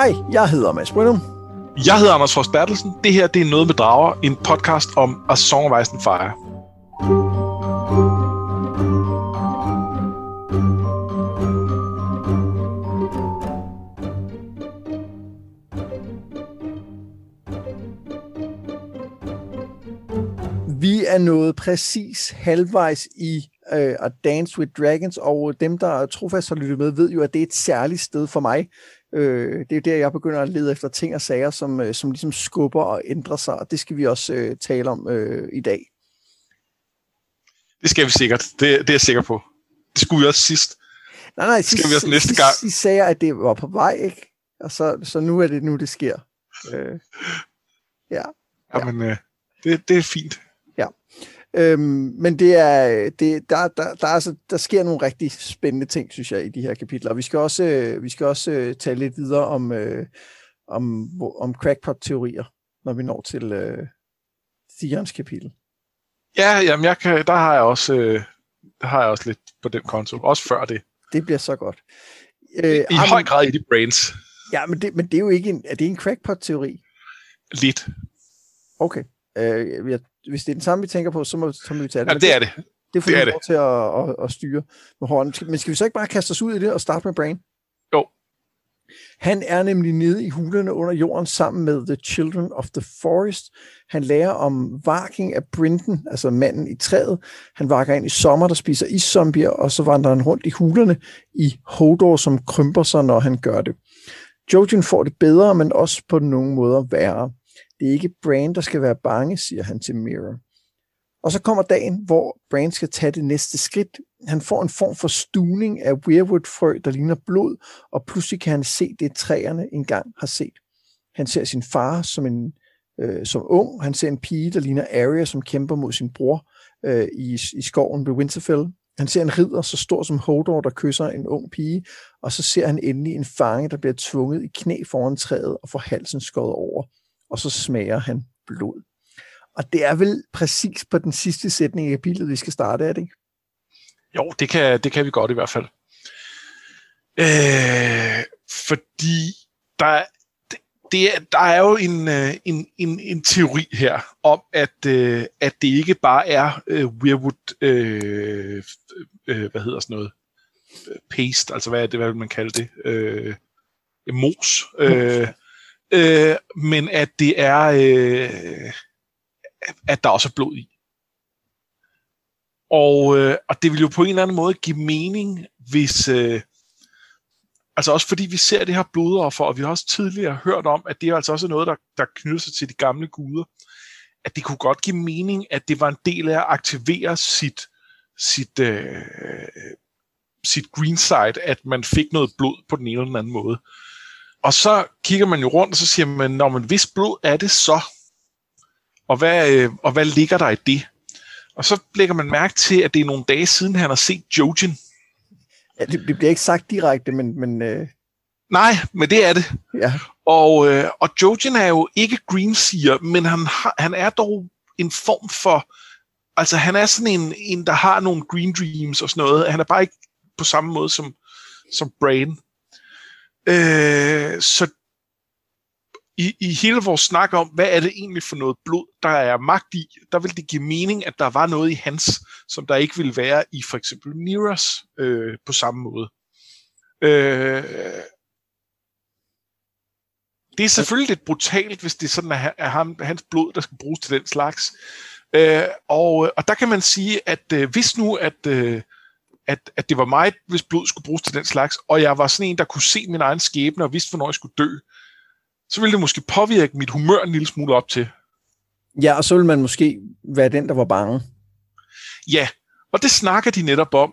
Hej, jeg hedder Mads Brynum. Jeg hedder Anders Frost Bertelsen. Det her, det er Noget med Drager, en podcast om A Song of Ice and Fire. Vi er nået præcis halvvejs i A Dance with Dragons, og dem, der trofast har lyttet med, ved jo, at det er et særligt sted for mig. Det er jo der, jeg begynder at lede efter ting og sager, som ligesom skubber og ændrer sig, og det skal vi også tale om i dag. Det skal vi sikkert. Det er jeg sikker på. Det skulle vi også sidst. Nej, skal vi også næste gang. I sagde, at det var på vej, ikke? Og så nu er det nu, det sker. Ja. Jamen, det er fint. Ja. Men der sker nogle rigtig spændende ting, synes jeg, i de her kapitler. Og vi skal også tale lidt videre om crackpot-teorier, når vi når til Theons kapitel. Ja, jamen der har jeg også lidt på den konto. Også før det. Det bliver så godt. I høj grad i de brains. Ja, men det er jo ikke er det en crackpot-teori? Lidt. Okay. Hvis det er den samme, vi tænker på, så må vi tage det. Ja, det er det. Det får vi lov til at styre med hånden. Men skal vi så ikke bare kaste os ud i det og starte med Bran? Jo. Han er nemlig nede i hulerne under jorden sammen med The Children of the Forest. Han lærer om varking af Brynden, altså manden i træet. Han varker ind i sommer, der spiser iszombier, og så vandrer han rundt i hulerne i Hodor, som krymper sig, når han gør det. Jojen får det bedre, men også på nogle måder værre. Det er ikke Bran, der skal være bange, siger han til Meera. Og så kommer dagen, hvor Bran skal tage det næste skridt. Han får en form for stuvning af weirwood-frø, der ligner blod, og pludselig kan han se det, træerne engang har set. Han ser sin far som ung. Han ser en pige, der ligner Arya, som kæmper mod sin bror i skoven ved Winterfell. Han ser en ridder så stor som Hodor, der kysser en ung pige, og så ser han endelig en fange, der bliver tvunget i knæ foran træet og får halsen skåret over. Og så smager han blod. Og det er vel præcis på den sidste sætning i kapitlet, vi skal starte, er det ikke? Jo, det kan vi godt i hvert fald. Fordi der er jo en teori her om, at det ikke bare er weirwood, hvad hedder sådan noget, paste, altså hvad vil man kalde det? Mos. Men at det er, at der også er blod i. Og det vil jo på en eller anden måde give mening, hvis altså også fordi vi ser det her blodoffer, og vi har også tidligere hørt om, at det er altså også noget, der knytter sig til de gamle guder, at det kunne godt give mening, at det var en del af at aktivere sit green side, at man fik noget blod på den ene eller den anden måde. Og så kigger man jo rundt, og så siger man, men hvis blod er det så? Og hvad ligger der i det? Og så lægger man mærke til, at det er nogle dage siden, han har set Jojen. Ja, det bliver ikke sagt direkte, men Nej, men det er det. Ja. Og Jojen er jo ikke greenseer, men han er dog en form for... Altså, han er sådan en der har nogle green dreams og sådan noget. Han er bare ikke på samme måde som Bran. Så i hele vores snak om, hvad er det egentlig for noget blod, der er magt i, der vil det give mening, at der var noget i hans, som der ikke ville være i for eksempel Meeras på samme måde. Det er selvfølgelig lidt brutalt, hvis det er sådan, at hans blod, der skal bruges til den slags. Og der kan man sige, at hvis nu, at det var mig, hvis blod skulle bruges til den slags, og jeg var sådan en, der kunne se min egen skæbne og vidste, hvornår jeg skulle dø, så ville det måske påvirke mit humør en lille smule op til. Ja, og så ville man måske være den, der var bange. Ja, og det snakker de netop om.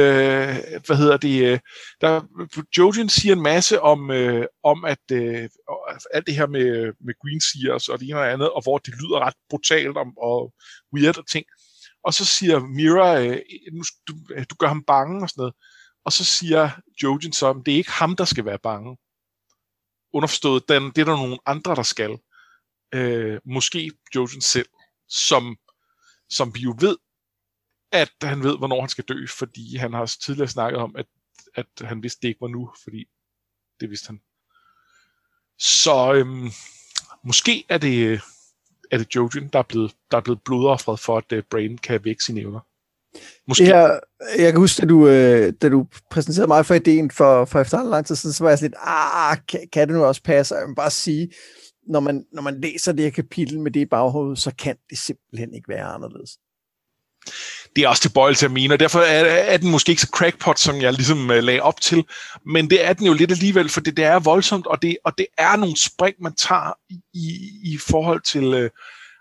Jojen siger en masse om at alt det her med greenseers og det ene og andet, og hvor det lyder ret brutalt og weird og ting. Og så siger Meera, du gør ham bange og sådan noget. Og så siger Jojen så, at det er ikke ham, der skal være bange. Underforstået, det er der nogle andre, der skal. Måske Jojen selv, som vi jo ved, at han ved, hvornår han skal dø, fordi han har tidligere snakket om, at han vidste, det ikke var nu, fordi det vidste han. Så måske er det Jojen, der er blevet blodoffret for, at Brain kan vække sine evner. Måske. Jeg kan huske, da du præsenterede mig for ideen for efterhånden lang tid siden, så var jeg sådan lidt, kan det nu også passe? Jeg vil bare sige, når man læser det her kapitel med det i baghovedet, så kan det simpelthen ikke være anderledes. Det er også tilbøjelse at mene, og derfor er den måske ikke så crackpot, som jeg ligesom lagde op til, men det er den jo lidt alligevel, for det er voldsomt, og det er nogle spring, man tager i forhold til,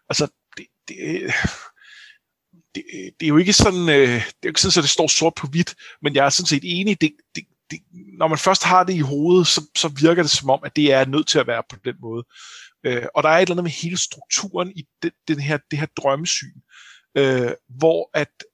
det er jo ikke sådan, det er jo ikke sådan, at det står sort på hvidt, men jeg er sådan set enig, når man først har det i hovedet, så virker det som om, at det er nødt til at være på den måde. Og der er et eller andet med hele strukturen i det her drømmesyn, hvor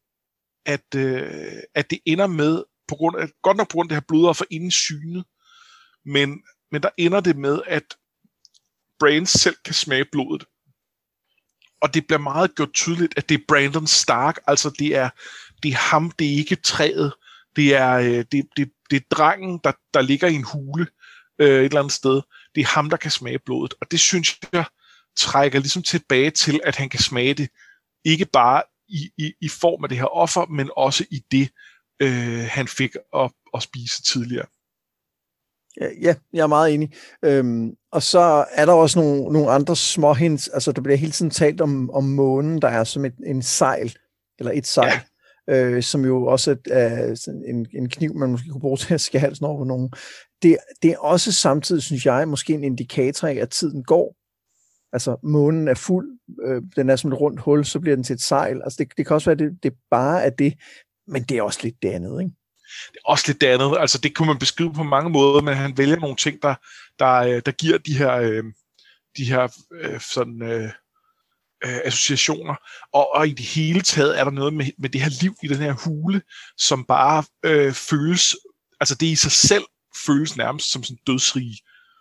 at det ender med, godt nok på grund af det her blodoffer inden synet, men der ender det med, at Brain selv kan smage blodet. Og det bliver meget gjort tydeligt, at det er Brandon Stark, altså det er ham, det er ikke træet, det er drengen, der ligger i en hule et eller andet sted. Det er ham, der kan smage blodet, og det synes jeg trækker ligesom tilbage til, at han kan smage det, ikke bare i form af det her offer, men også i det, han fik at spise tidligere. Ja, jeg er meget enig. Og så er der også nogle andre små hints. Altså, der bliver hele tiden talt om månen, der er som en sejl, eller et sejl, som jo også er en kniv, man måske kunne bruge til at skære halsen over på nogen. Det er også samtidig, synes jeg, måske en indikator af, at tiden går. Altså, månen er fuld, den er som et rundt hul, så bliver den til et sejl. Altså, det kan også være, at det bare er det, men det er også lidt det andet, ikke? Det er også lidt det andet. Altså, det kunne man beskrive på mange måder, men han vælger nogle ting, der giver de her associationer. Og i det hele taget er der noget med det her liv i den her hule, som bare føles, altså det i sig selv føles nærmest som sådan dødsrige.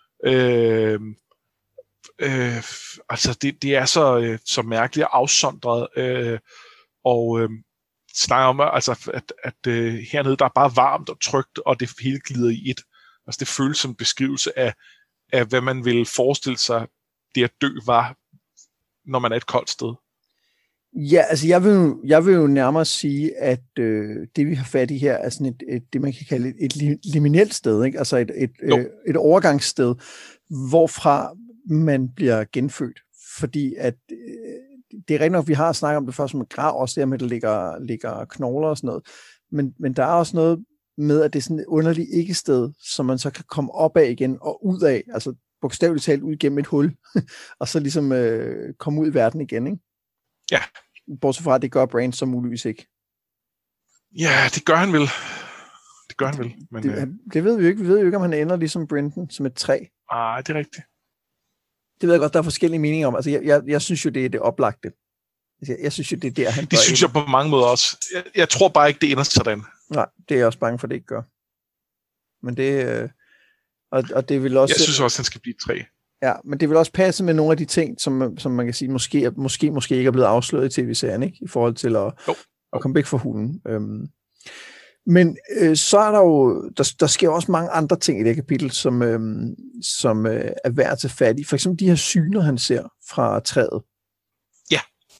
Altså det er så mærkeligt og afsondret, og snakker om, altså, at hernede der er bare varmt og trygt, og det hele glider i et. Altså det føles som en beskrivelse af hvad man vil forestille sig, det at dø var, når man er et koldt sted. Ja, altså jeg vil jo nærmere sige, at det vi har fat i her er sådan det man kan kalde et liminelt sted, ikke? Altså et overgangssted, hvorfra man bliver genfødt. Fordi at det er rigtigt nok, vi har snakket om det først som en grav, også der med, at der ligger knogler og sådan noget. Men der er også noget med, at det er sådan et underligt ikke-sted, som man så kan komme op af igen og ud af, altså bogstaveligt talt ud gennem et hul, og så ligesom komme ud i verden igen, ikke? Ja. Bortset fra, at det gør Brain så muligvis ikke. Ja, det gør han vel. Men, det ved vi jo ikke. Vi ved jo ikke, om han ender ligesom Brendan som et træ. Nej, det er rigtigt. Det ved jeg godt, der er forskellige meninger om. Altså, jeg synes jo, det er det oplagte. Jeg synes jo, det er der, han det synes jeg på mange måder også. Jeg tror bare ikke, det ender sådan. Nej, det er jeg også bange for, det ikke gør. Men det... Og det vil også... Jeg synes også, han skal blive 3. Ja, men det vil også passe med nogle af de ting, som man kan sige, måske ikke er blevet afsløret i tv-serien, ikke? I forhold til at komme væk fra hulen. Men så er der jo... Der sker også mange andre ting i det kapitel, som er værd at tage fat i. For eksempel de her syner, han ser fra træet. Ja.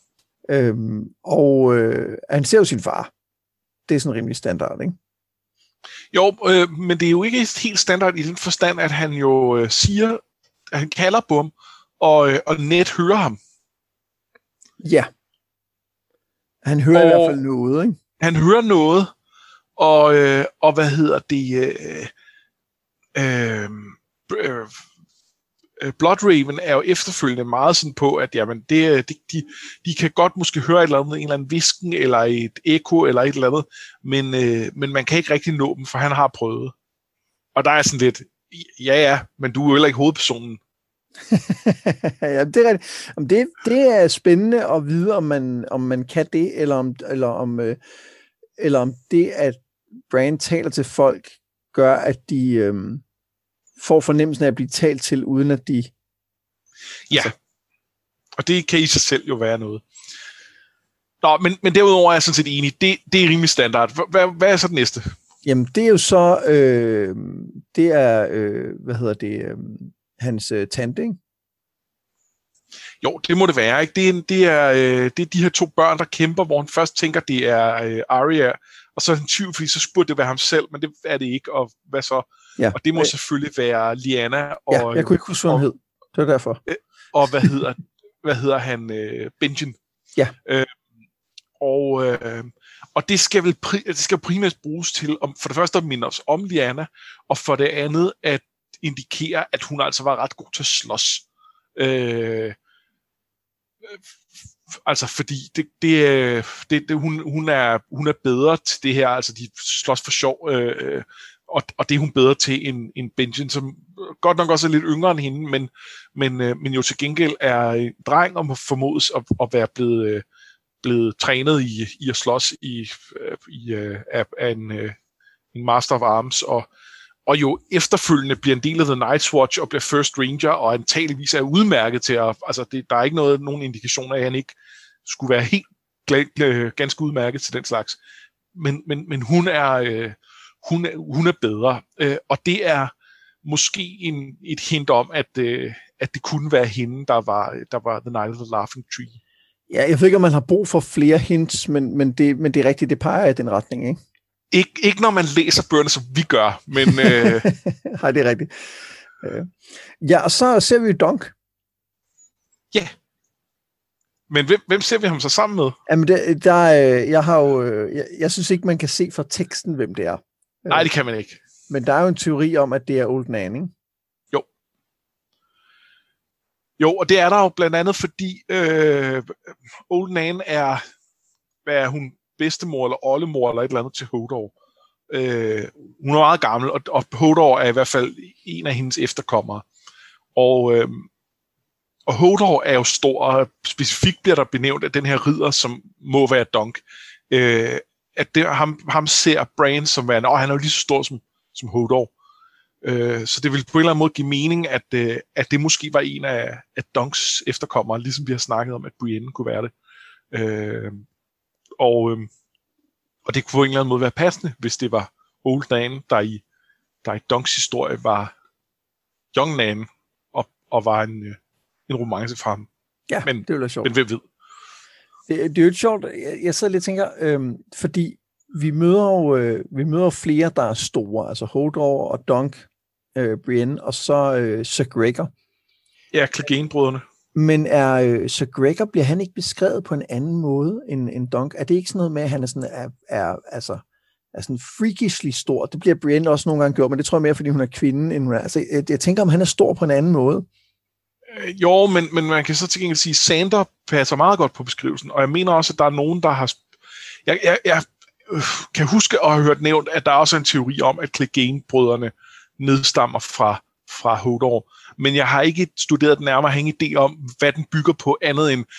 Han ser jo sin far. Det er sådan rimelig standard, ikke? Jo, men det er jo ikke helt standard i den forstand, at han jo siger, at han kalder på ham, og Ned hører ham. Ja. Han hører i hvert fald noget, ikke? Han hører noget, og hvad hedder det? Bloodraven er jo efterfølgende meget sådan på, at jamen, de kan godt måske høre et eller andet, en eller anden visken, eller et ekko, eller et eller andet, men man kan ikke rigtig nå dem, for han har prøvet. Og der er sådan lidt, ja, men du er jo heller ikke hovedpersonen. Ja, det er rigtigt. Det er spændende at vide, om man kan det, eller om det, at Bran taler til folk, gør, at de får fornemmelsen af at blive talt til, uden at de... Ja, og det kan i sig selv jo være noget. Nå, men derudover er jeg sådan set enig. Det er rimelig standard. Hvad er så det næste? Jamen, det er jo så... hans tante, ikke? Jo, det må det være, ikke? Det er de her to børn, der kæmper, hvor han først tænker, det er Arya, og så er han tvivl, fordi så burde det være ham selv, men det er det ikke, og hvad så? Ja. Og det må selvfølgelig være Lyanna. Og, ja, jeg kunne ikke huske, hvad han hed. Det var derfor. Og hvad hedder han? Benjen. Ja. Og det skal primært bruges til, for det første at minde os om Lyanna, og for det andet at indikere, at hun altså var ret god til at slås. Altså fordi hun er bedre til det her, altså de slås for sjov, og det er hun bedre til en Benjen, som godt nok også er lidt yngre end hende, men jo til gengæld er en dreng og må formodes at være blevet trænet i at slås af en Master of Arms, og jo efterfølgende bliver en del af The Night's Watch og bliver First Ranger, og antageligvis er udmærket til at, altså der er ikke nogen indikation af, at han ikke skulle være helt ganske udmærket til den slags. Men hun er bedre, og det er måske et hint om, at det kunne være hende, der var The Night of the Laughing Tree. Ja, jeg ved ikke, om man har brug for flere hints, men det er rigtigt, det peger i den retning, ikke? Ikke når man læser bøgerne, som vi gør, men... Nej, det er rigtigt. Ja, og så ser vi jo Dunk. Ja. Men hvem ser vi ham så sammen med? Jamen, jeg synes ikke, man kan se fra teksten, hvem det er. Nej, det kan man ikke. Men der er jo en teori om, at det er Old Nan, ikke? Jo, og det er der jo blandt andet, fordi Old Nan hvad er hun, bedstemor eller oldemor eller et eller andet til Hodor. Hun er meget gammel, og Hodor er i hvert fald en af hendes efterkommere. Og Hodor er jo stor, og specifikt bliver der benævnt, at den her ridder, som må være Dunk, at ham ser Bran som værende, og han er jo lige så stor som Hodor. Så det vil på en eller anden måde give mening, at det måske var en af Dunks efterkommere, ligesom vi har snakket om, at Brienne kunne være det. Og det kunne på en eller anden måde være passende, hvis det var Old Nan, der i Dunks historie var Young Nan, og var en romance fra ham. Ja, det ville være sjovt. Men hvem ved? Det er jo sjovt. Jeg sidder lidt og tænker, fordi vi møder flere, der er store, altså Hodor og Dunk, Brienne, og så Sir Gregor. Ja, Clegane-brødrene. Men Sir Gregor, bliver han ikke beskrevet på en anden måde end Dunk? Er det ikke sådan noget med, at han er sådan freakishly stor? Det bliver Brienne også nogle gange gjort, men det tror jeg mere, fordi hun er kvinde, end hun er. Altså, jeg tænker, om han er stor på en anden måde. Jo, men man kan så til gengæld sige, at Sandor passer meget godt på beskrivelsen, og jeg mener også, at der er nogen, der har... Jeg kan huske at have hørt nævnt, at der er også en teori om, at Clegane-brødrene nedstammer fra Hodor. Men jeg har ikke studeret den nærmere, har ingen idé om, hvad den bygger på, andet end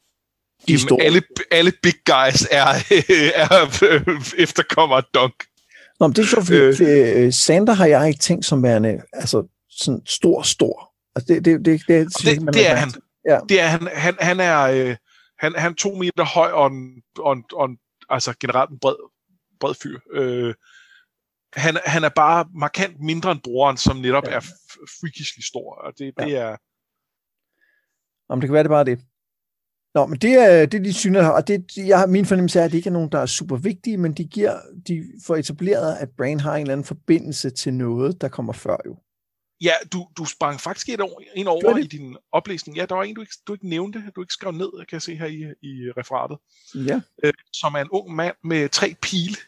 alle big guys er efterkommer af Dunk. Nå, men det er så, fordi Sandor har jeg ikke tænkt som værende, altså sådan stor. Altså det er han. Ja. Det er han. Han er 2 meter høj og altså generelt en bred fyr. Han er bare markant mindre end broren, som netop er freakishly stor, og det er... Jamen, det kan være, det bare det. Nå, men det er de syner, og min fornemmelse er, at det ikke er nogen, der er super vigtige, men de får etableret, at Bran har en eller anden forbindelse til noget, der kommer før jo. Ja, du sprang faktisk en over i din oplæsning. Ja, der var en, du ikke nævnte, du ikke skrev ned, kan jeg se her i referatet. Ja. Som er en ung mand med 3 pile.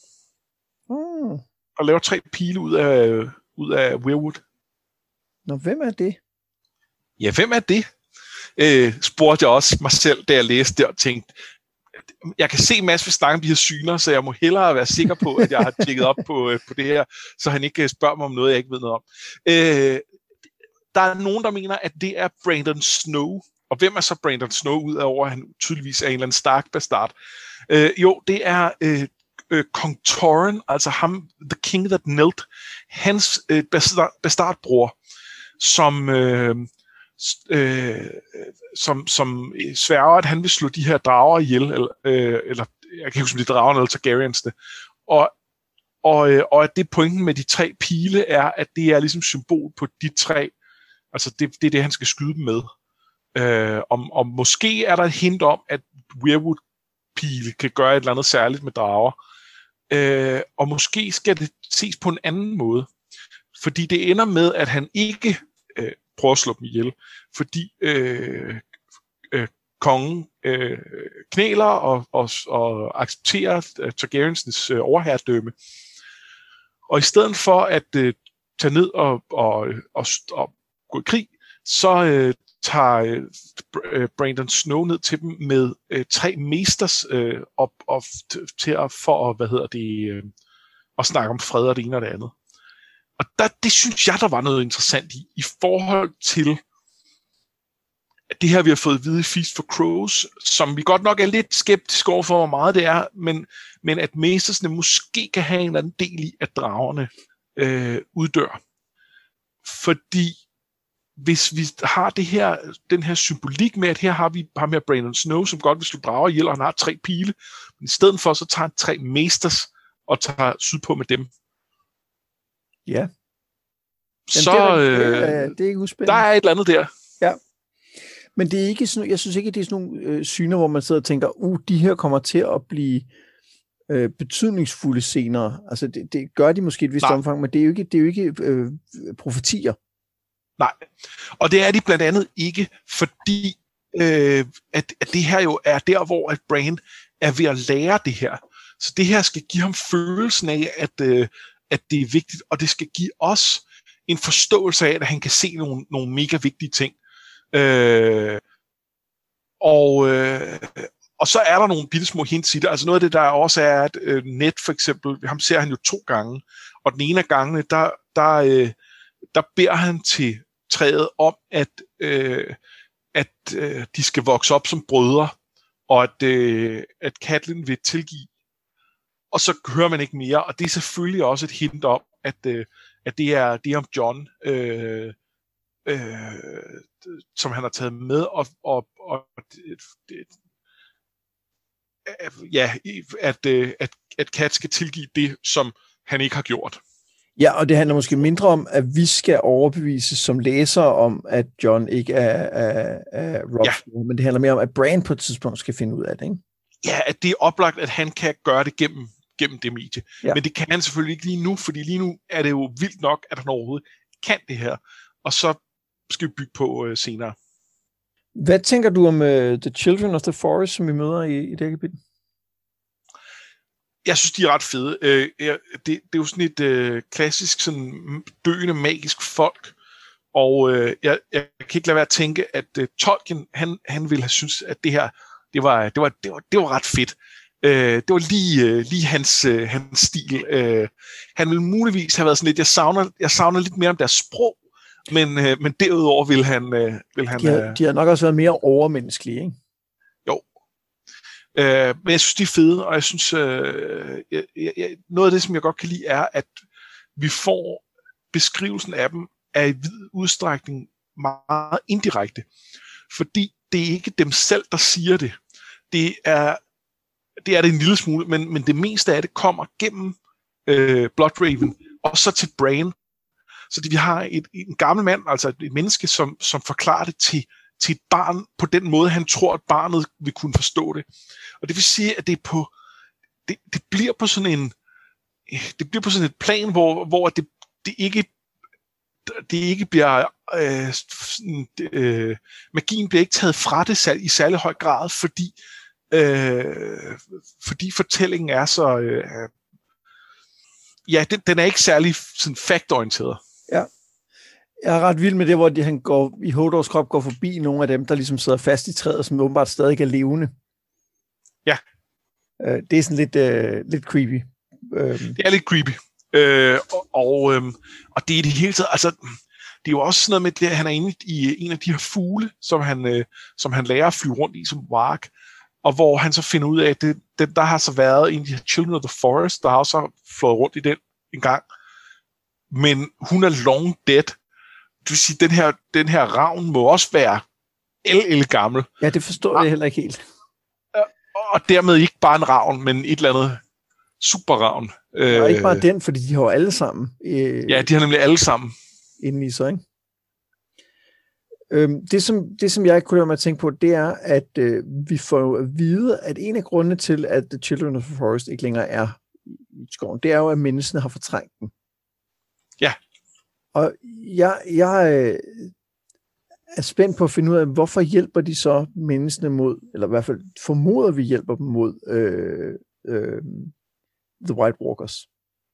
Og laver 3 pile ud af Weirwood. Nå, hvem er det? Ja, hvem er det? Spurgte jeg også mig selv, da jeg læste det, og tænkte, jeg kan se en masse, vi snakker om de her syner, så jeg må hellere være sikker på, at jeg har tjekket op på det her, så han ikke spørger mig om noget, jeg ikke ved noget om. Der er nogen, der mener, at det er Brandon Snow. Og hvem er så Brandon Snow, udover at han tydeligvis er en eller anden Stark-bastard? Jo, det er Kong Torren, altså ham, The King That Knelt, hans bastardbror, som sværger, at han vil slå de her drager ihjel, eller jeg kan ikke huske, om det er dragerne eller Targaryens det. Og at det pointen med de 3 pile er, at det er ligesom symbol på de 3 Altså det er det, han skal skyde dem med. Og måske er der et hint om, at Weirwood-pile kan gøre et eller andet særligt med drager. Og måske skal det ses på en anden måde. Fordi det ender med, at han ikke prøver at slå dem ihjel. Fordi kongen knæler og accepterer Targaryens overherredømme. Og i stedet for at tage ned og gå i krig, så tager Brandon Snow ned til dem med 3 mesters at snakke om fred og det ene og det andet. Og det synes jeg, der var noget interessant i forhold til det her, vi har fået at vide i Feast for Crows, som vi godt nok er lidt skeptiske over for, hvor meget det er, men at mestersne måske kan have en eller anden del i, at dragerne uddør. Fordi hvis vi har den her symbolik med, at her har vi ham her Brandon Snow, som godt vil slå drager ihjel, og han har 3 pile, men i stedet for, så tager han 3 mesters og tager sydpå med dem. Ja. Så det er ikke uspændende. Der er et eller andet der. Ja. Men det er ikke sådan, jeg synes ikke, det er sådan nogle syner, hvor man sidder og tænker, de her kommer til at blive betydningsfulde senere. Altså det gør de måske i et vist omfang, men det er jo ikke profetier. Nej, og det er de blandt andet ikke, fordi at det her jo er der, hvor at Bran er ved at lære det her. Så det her skal give ham følelsen af, at det er vigtigt, og det skal give os en forståelse af, at han kan se nogle mega vigtige ting. Og så er der nogle bittesmå hints i det. Altså noget af det, der også er, at Ned for eksempel, ham ser han jo 2 gange, og den ene af gangene, der beder han til træet om, at de skal vokse op som brødre, og at Catelyn vil tilgive. Og så hører man ikke mere, og det er selvfølgelig også et hint om, at det er om Jon, som han har taget med, at Cat skal tilgive det, som han ikke har gjort. Ja, og det handler måske mindre om, at vi skal overbevises som læsere om, at Jon ikke er Robb, men det handler mere om, at Bran på et tidspunkt skal finde ud af det, ikke? Ja, at det er oplagt, at han kan gøre det gennem det medie. Ja. Men det kan han selvfølgelig ikke lige nu, fordi lige nu er det jo vildt nok, at han overhovedet kan det her. Og så skal vi bygge på senere. Hvad tænker du om The Children of the Forest, som vi møder i det kapitel? Jeg synes, de er ret fede. Det er jo sådan et klassisk sådan døende, magisk folk. Og jeg kan ikke lade være at tænke, at Tolkien, han ville have synes, at det her, det var ret fedt. Det var lige hans stil. Han ville muligvis have været sådan lidt, jeg savner lidt mere om deres sprog, men derudover vil han... De har nok også været mere overmenneskelige, ikke? Jo. Men jeg synes, de er fede, og jeg synes, noget af det, som jeg godt kan lide, er, at vi får beskrivelsen af dem er i vid udstrækning meget indirekte. Fordi det er ikke dem selv, der siger det. Det er det en lille smule, men det meste af det kommer gennem Bloodraven, og så til Bran. Så vi har en gammel mand, altså et menneske, som forklarer det til et barn på den måde, han tror, at barnet vil kunne forstå det. Og det vil sige, at det bliver på sådan et plan, hvor det ikke bliver magien bliver ikke taget fra det i særlig høj grad, fordi fortællingen er så den er ikke særlig sådan faktorienteret. Ja. Jeg er ret vild med det, hvor han går i Hodors krop, går forbi nogle af dem, der ligesom sidder fast i træet, som åbenbart stadig er levende. Ja. Det er sådan lidt creepy. Det er lidt creepy. Og det er det hele taget, altså, det er jo også sådan noget med, at han er inde i en af de her fugle, som han lærer at flyve rundt i som warg, og hvor han så finder ud af, at der har så været en af de her Children of the Forest, der har også flået rundt i den en gang, men hun er long dead. Det vil sige, den her ravn må også være el gammel. Ja, det forstår jeg heller ikke helt. Og dermed ikke bare en ravn, men et eller andet superravn. Og ikke bare den, fordi de har alle sammen. Ja, de har nemlig alle sammen. Inden i så, ikke? Det, som jeg kunne lade mig at tænke på, det er, at vi får at vide, at en af grundene til, at The Children of the Forest ikke længere er i skoven, det er jo, at menneskene har fortrængt den. Ja. Og jeg er spændt på at finde ud af, hvorfor hjælper de så menneskene mod, eller i hvert fald formoder vi hjælper dem mod The White Walkers.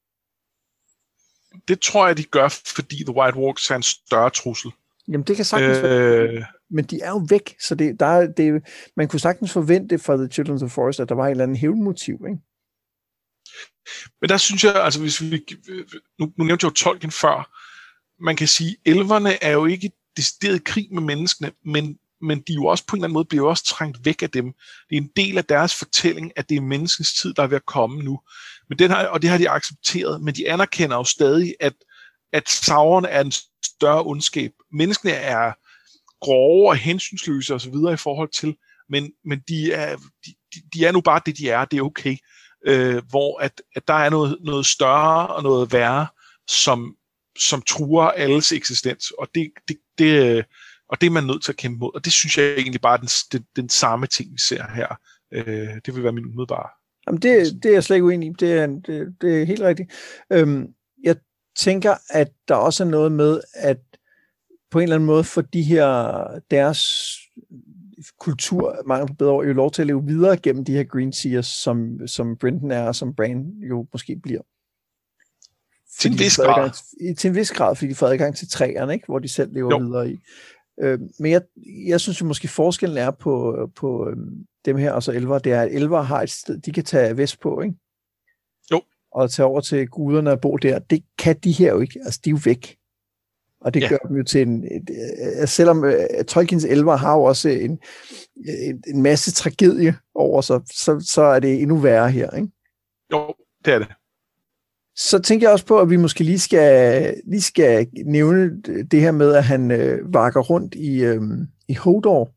Det tror jeg, de gør, fordi The White Walkers er en større trussel. Jamen, det kan sagtens være. Men de er jo væk, så man kunne sagtens forvente fra The Children of the Forest, at der var et eller andet hævnmotiv, ikke? Men der synes jeg, altså hvis vi... Nu nævnte jeg jo Tolkien før. Man kan sige, elverne er jo ikke decideret krig med menneskene, men de er jo også på en eller anden måde bliver jo også trængt væk af dem. Det er en del af deres fortælling, at det er menneskets tid, der er ved at komme nu. Men det har de accepteret, men de anerkender jo stadig, at Sauron er en større ondskab. Menneskene er grove og hensynsløse og så videre i forhold til, men de er nu bare det, de er. Det er okay. Hvor at der er noget større og noget værre, som truer alles eksistens, og det er man nødt til at kæmpe mod, og det synes jeg egentlig bare er den samme ting, vi ser her. Det vil være min umiddelbare. Jamen det er jeg slet ikke uenig i. Det er helt rigtigt. Jeg tænker, at der også er noget med, at på en eller anden måde for deres kultur, mangel på bedre ord, jo lov til at leve videre gennem de her Greenseers, som Brendan er, og som Bran jo måske bliver. Til en vis grad. Til en vis grad, fordi de får adgang til træerne, ikke? Hvor de selv lever videre i. Men jeg synes jo måske forskellen er på dem her, og så elver, det er, at elver har et sted, de kan tage vest på, ikke? Jo. Og tage over til guderne og bo der. Det kan de her jo ikke. Altså, de er jo væk. Og det gør dem jo til selvom Tolkiens elver har jo også en masse tragedie over sig, så er det endnu værre her, ikke? Jo, det er det. Så tænker jeg også på, at vi måske lige skal nævne det her med, at han vakker rundt i Hodor.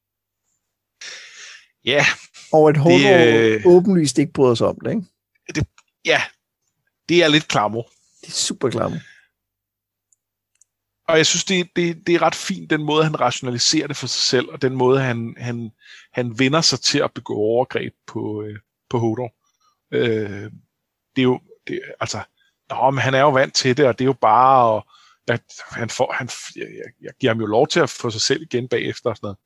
Ja. Og at Hodor åbenlyst ikke bryder sig om det, ikke? Det er lidt klammer. Det er super klammer. Og jeg synes, det er ret fint, den måde, han rationaliserer det for sig selv, og den måde, han vender sig til at begå overgreb på Hodor. Det er jo, men han er jo vant til det, og det er jo bare, jeg giver ham jo lov til at få sig selv igen bagefter og sådan noget.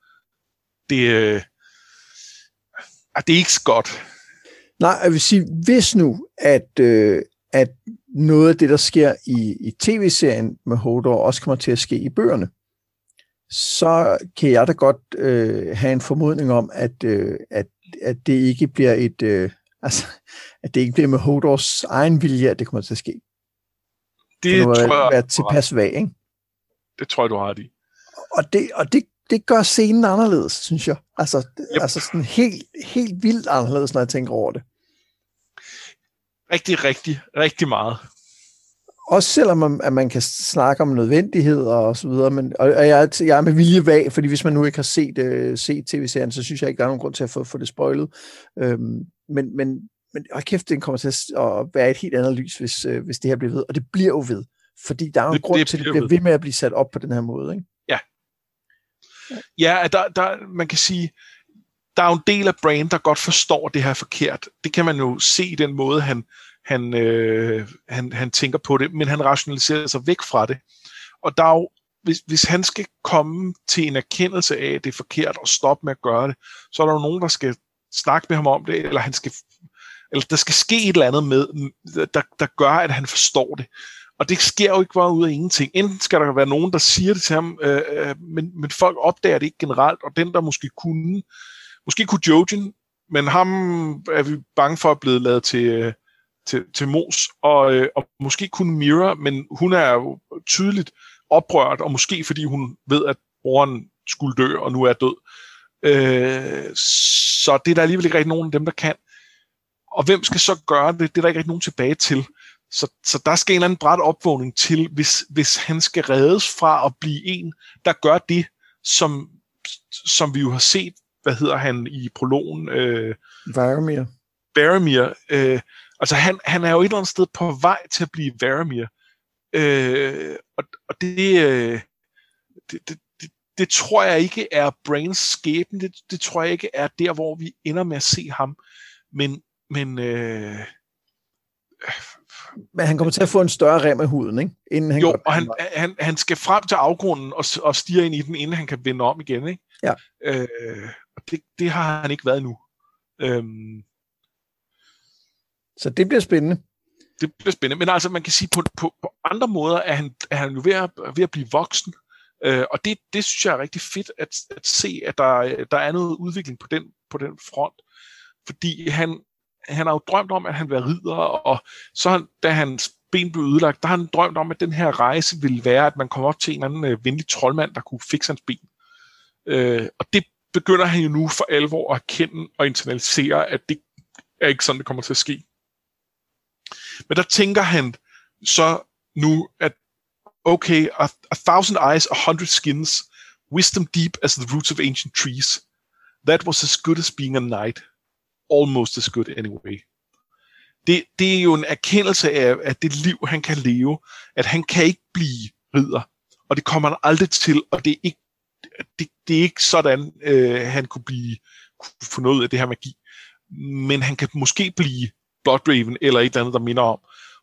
Det er ikke så godt. Nej, jeg vil sige, hvis nu, at noget af det, der sker i tv-serien med Hodor, også kommer til at ske i bøgerne, så kan jeg da godt have en formodning om, at det ikke bliver at det ikke bliver med Hodors egen vilje, at det kommer til at ske. Det tror jeg... Være tilpas vag, ikke? Det tror jeg, du har ret i. Og det gør scenen anderledes, synes jeg. Altså sådan helt vildt anderledes, når jeg tænker over det. Rigtig meget. Også selvom at man kan snakke om nødvendighed og så videre, men jeg er med vilje vag, fordi hvis man nu ikke har set tv-serien, så synes jeg ikke, der er nogen grund til at få det spoilet. Men kæft, det kommer til at være et helt andet lys, hvis det her bliver ved. Og det bliver jo ved. Fordi der er jo en grund til, at det bliver ved med at blive sat op på den her måde, ikke? Ja. Ja, der man kan sige, der er jo en del af Bran, der godt forstår det her forkert. Det kan man jo se i den måde, han tænker på det, men han rationaliserer sig væk fra det. Og der er jo, hvis han skal komme til en erkendelse af, at det er forkert og stoppe med at gøre det, så er der jo nogen, der skal snakke med ham om det, eller der skal ske et eller andet med, der gør, at han forstår det. Og det sker jo ikke bare ud af ingenting. Enten skal der være nogen, der siger det til ham, men folk opdager det ikke generelt, og den, der måske kunne Jojen, men ham er vi bange for at blive lavet til mos, og måske kunne Mira, men hun er jo tydeligt oprørt, og måske fordi hun ved, at broren skulle dø, og nu er død. Så det er der alligevel ikke rigtig nogen af dem, der kan. Og hvem skal så gøre det? Det er der ikke rigtig nogen tilbage til. Så der skal en eller anden brat opvågning til, hvis han skal reddes fra at blive en, der gør det, som vi jo har set, hvad hedder han i prologen? Varamir. Altså han er jo et eller andet sted på vej til at blive Varamir. Og det tror jeg ikke er Brains skæbne. Det tror jeg ikke er der, hvor vi ender med at se ham. Men han kommer til at få en større rem af huden, ikke? Inden han og han skal frem til afgrunden og stirre ind i den, inden han kan vende om igen, ikke? Ja. Og det har han ikke været nu. Så det bliver spændende. Det bliver spændende. Men altså, man kan sige, på andre måder er han jo ved at blive voksen. Og det synes jeg er rigtig fedt at se, at der er noget udvikling på den front. Fordi han har jo drømt om, at han var ridder, og så da hans ben blev ødelagt, der har han drømt om, at den her rejse ville være, at man kom op til en eller anden venlig troldmand, der kunne fikse hans ben. Og det begynder han jo nu for alvor at erkende og internalisere, at det er ikke sådan, det kommer til at ske. Men der tænker han så nu, at okay, a thousand eyes, 100 skins, wisdom deep as the roots of ancient trees. That was as good as being a knight. Almost as good anyway. Det er jo en erkendelse af det liv, han kan leve, at han kan ikke blive ridder, og det kommer han aldrig til, og det er ikke sådan, han kunne få noget af det her magi. Men han kan måske blive Bloodraven, eller et eller andet, der minder om.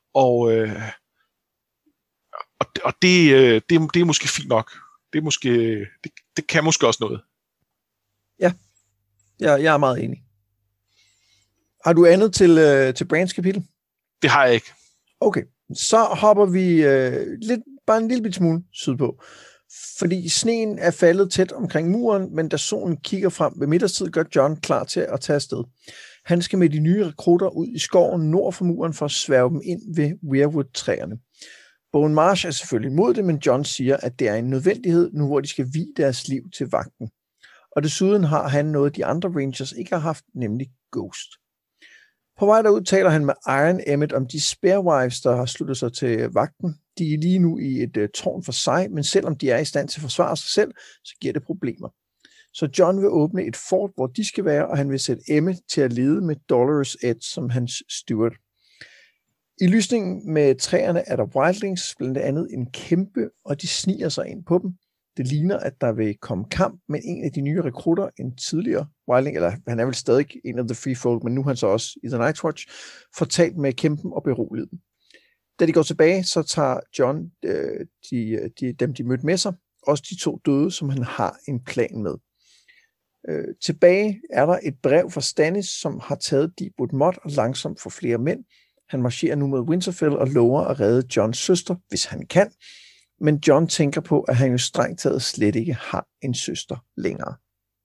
Og det er måske fint nok. Det kan måske også noget. Ja, jeg er meget enig. Har du andet til Brains kapitel? Det har jeg ikke. Okay, så hopper vi bare en lille smule sydpå. Fordi sneen er faldet tæt omkring muren, men da solen kigger frem ved middagstid, gør John klar til at tage afsted. Han skal med de nye rekrutter ud i skoven nord for muren for at sværge dem ind ved Weirwood-træerne. Bowen Marsh er selvfølgelig imod det, men John siger, at det er en nødvendighed, nu hvor de skal vie deres liv til vagten. Og desuden har han noget, de andre Rangers ikke har haft, nemlig Ghost. På vej derud taler han med Iron Emmett om de sparewives, der har sluttet sig til vagten. De er lige nu i et tårn for sig, men selvom de er i stand til at forsvare sig selv, så giver det problemer. Så John vil åbne et fort, hvor de skal være, og han vil sætte Emmett til at lede med Dolores Edge som hans steward. I lysningen med træerne er der wildlings, blandt andet en kæmpe, og de sniger sig ind på dem. Det ligner, at der vil komme kamp, men en af de nye rekrutter, en tidligere wildling, eller han er vel stadig en af The Freefolk, men nu er han så også i The Night's Watch, får talt med kæmpen og beroliget dem. Da de går tilbage, så tager John dem, de mødte med sig, også de 2 døde, som han har en plan med. Tilbage er der et brev fra Stannis, som har taget Deepwood Mod og langsomt får flere mænd. Han marcherer nu mod Winterfell og lover at redde Johns søster, hvis han kan. Men John tænker på, at han jo strengt taget slet ikke har en søster længere.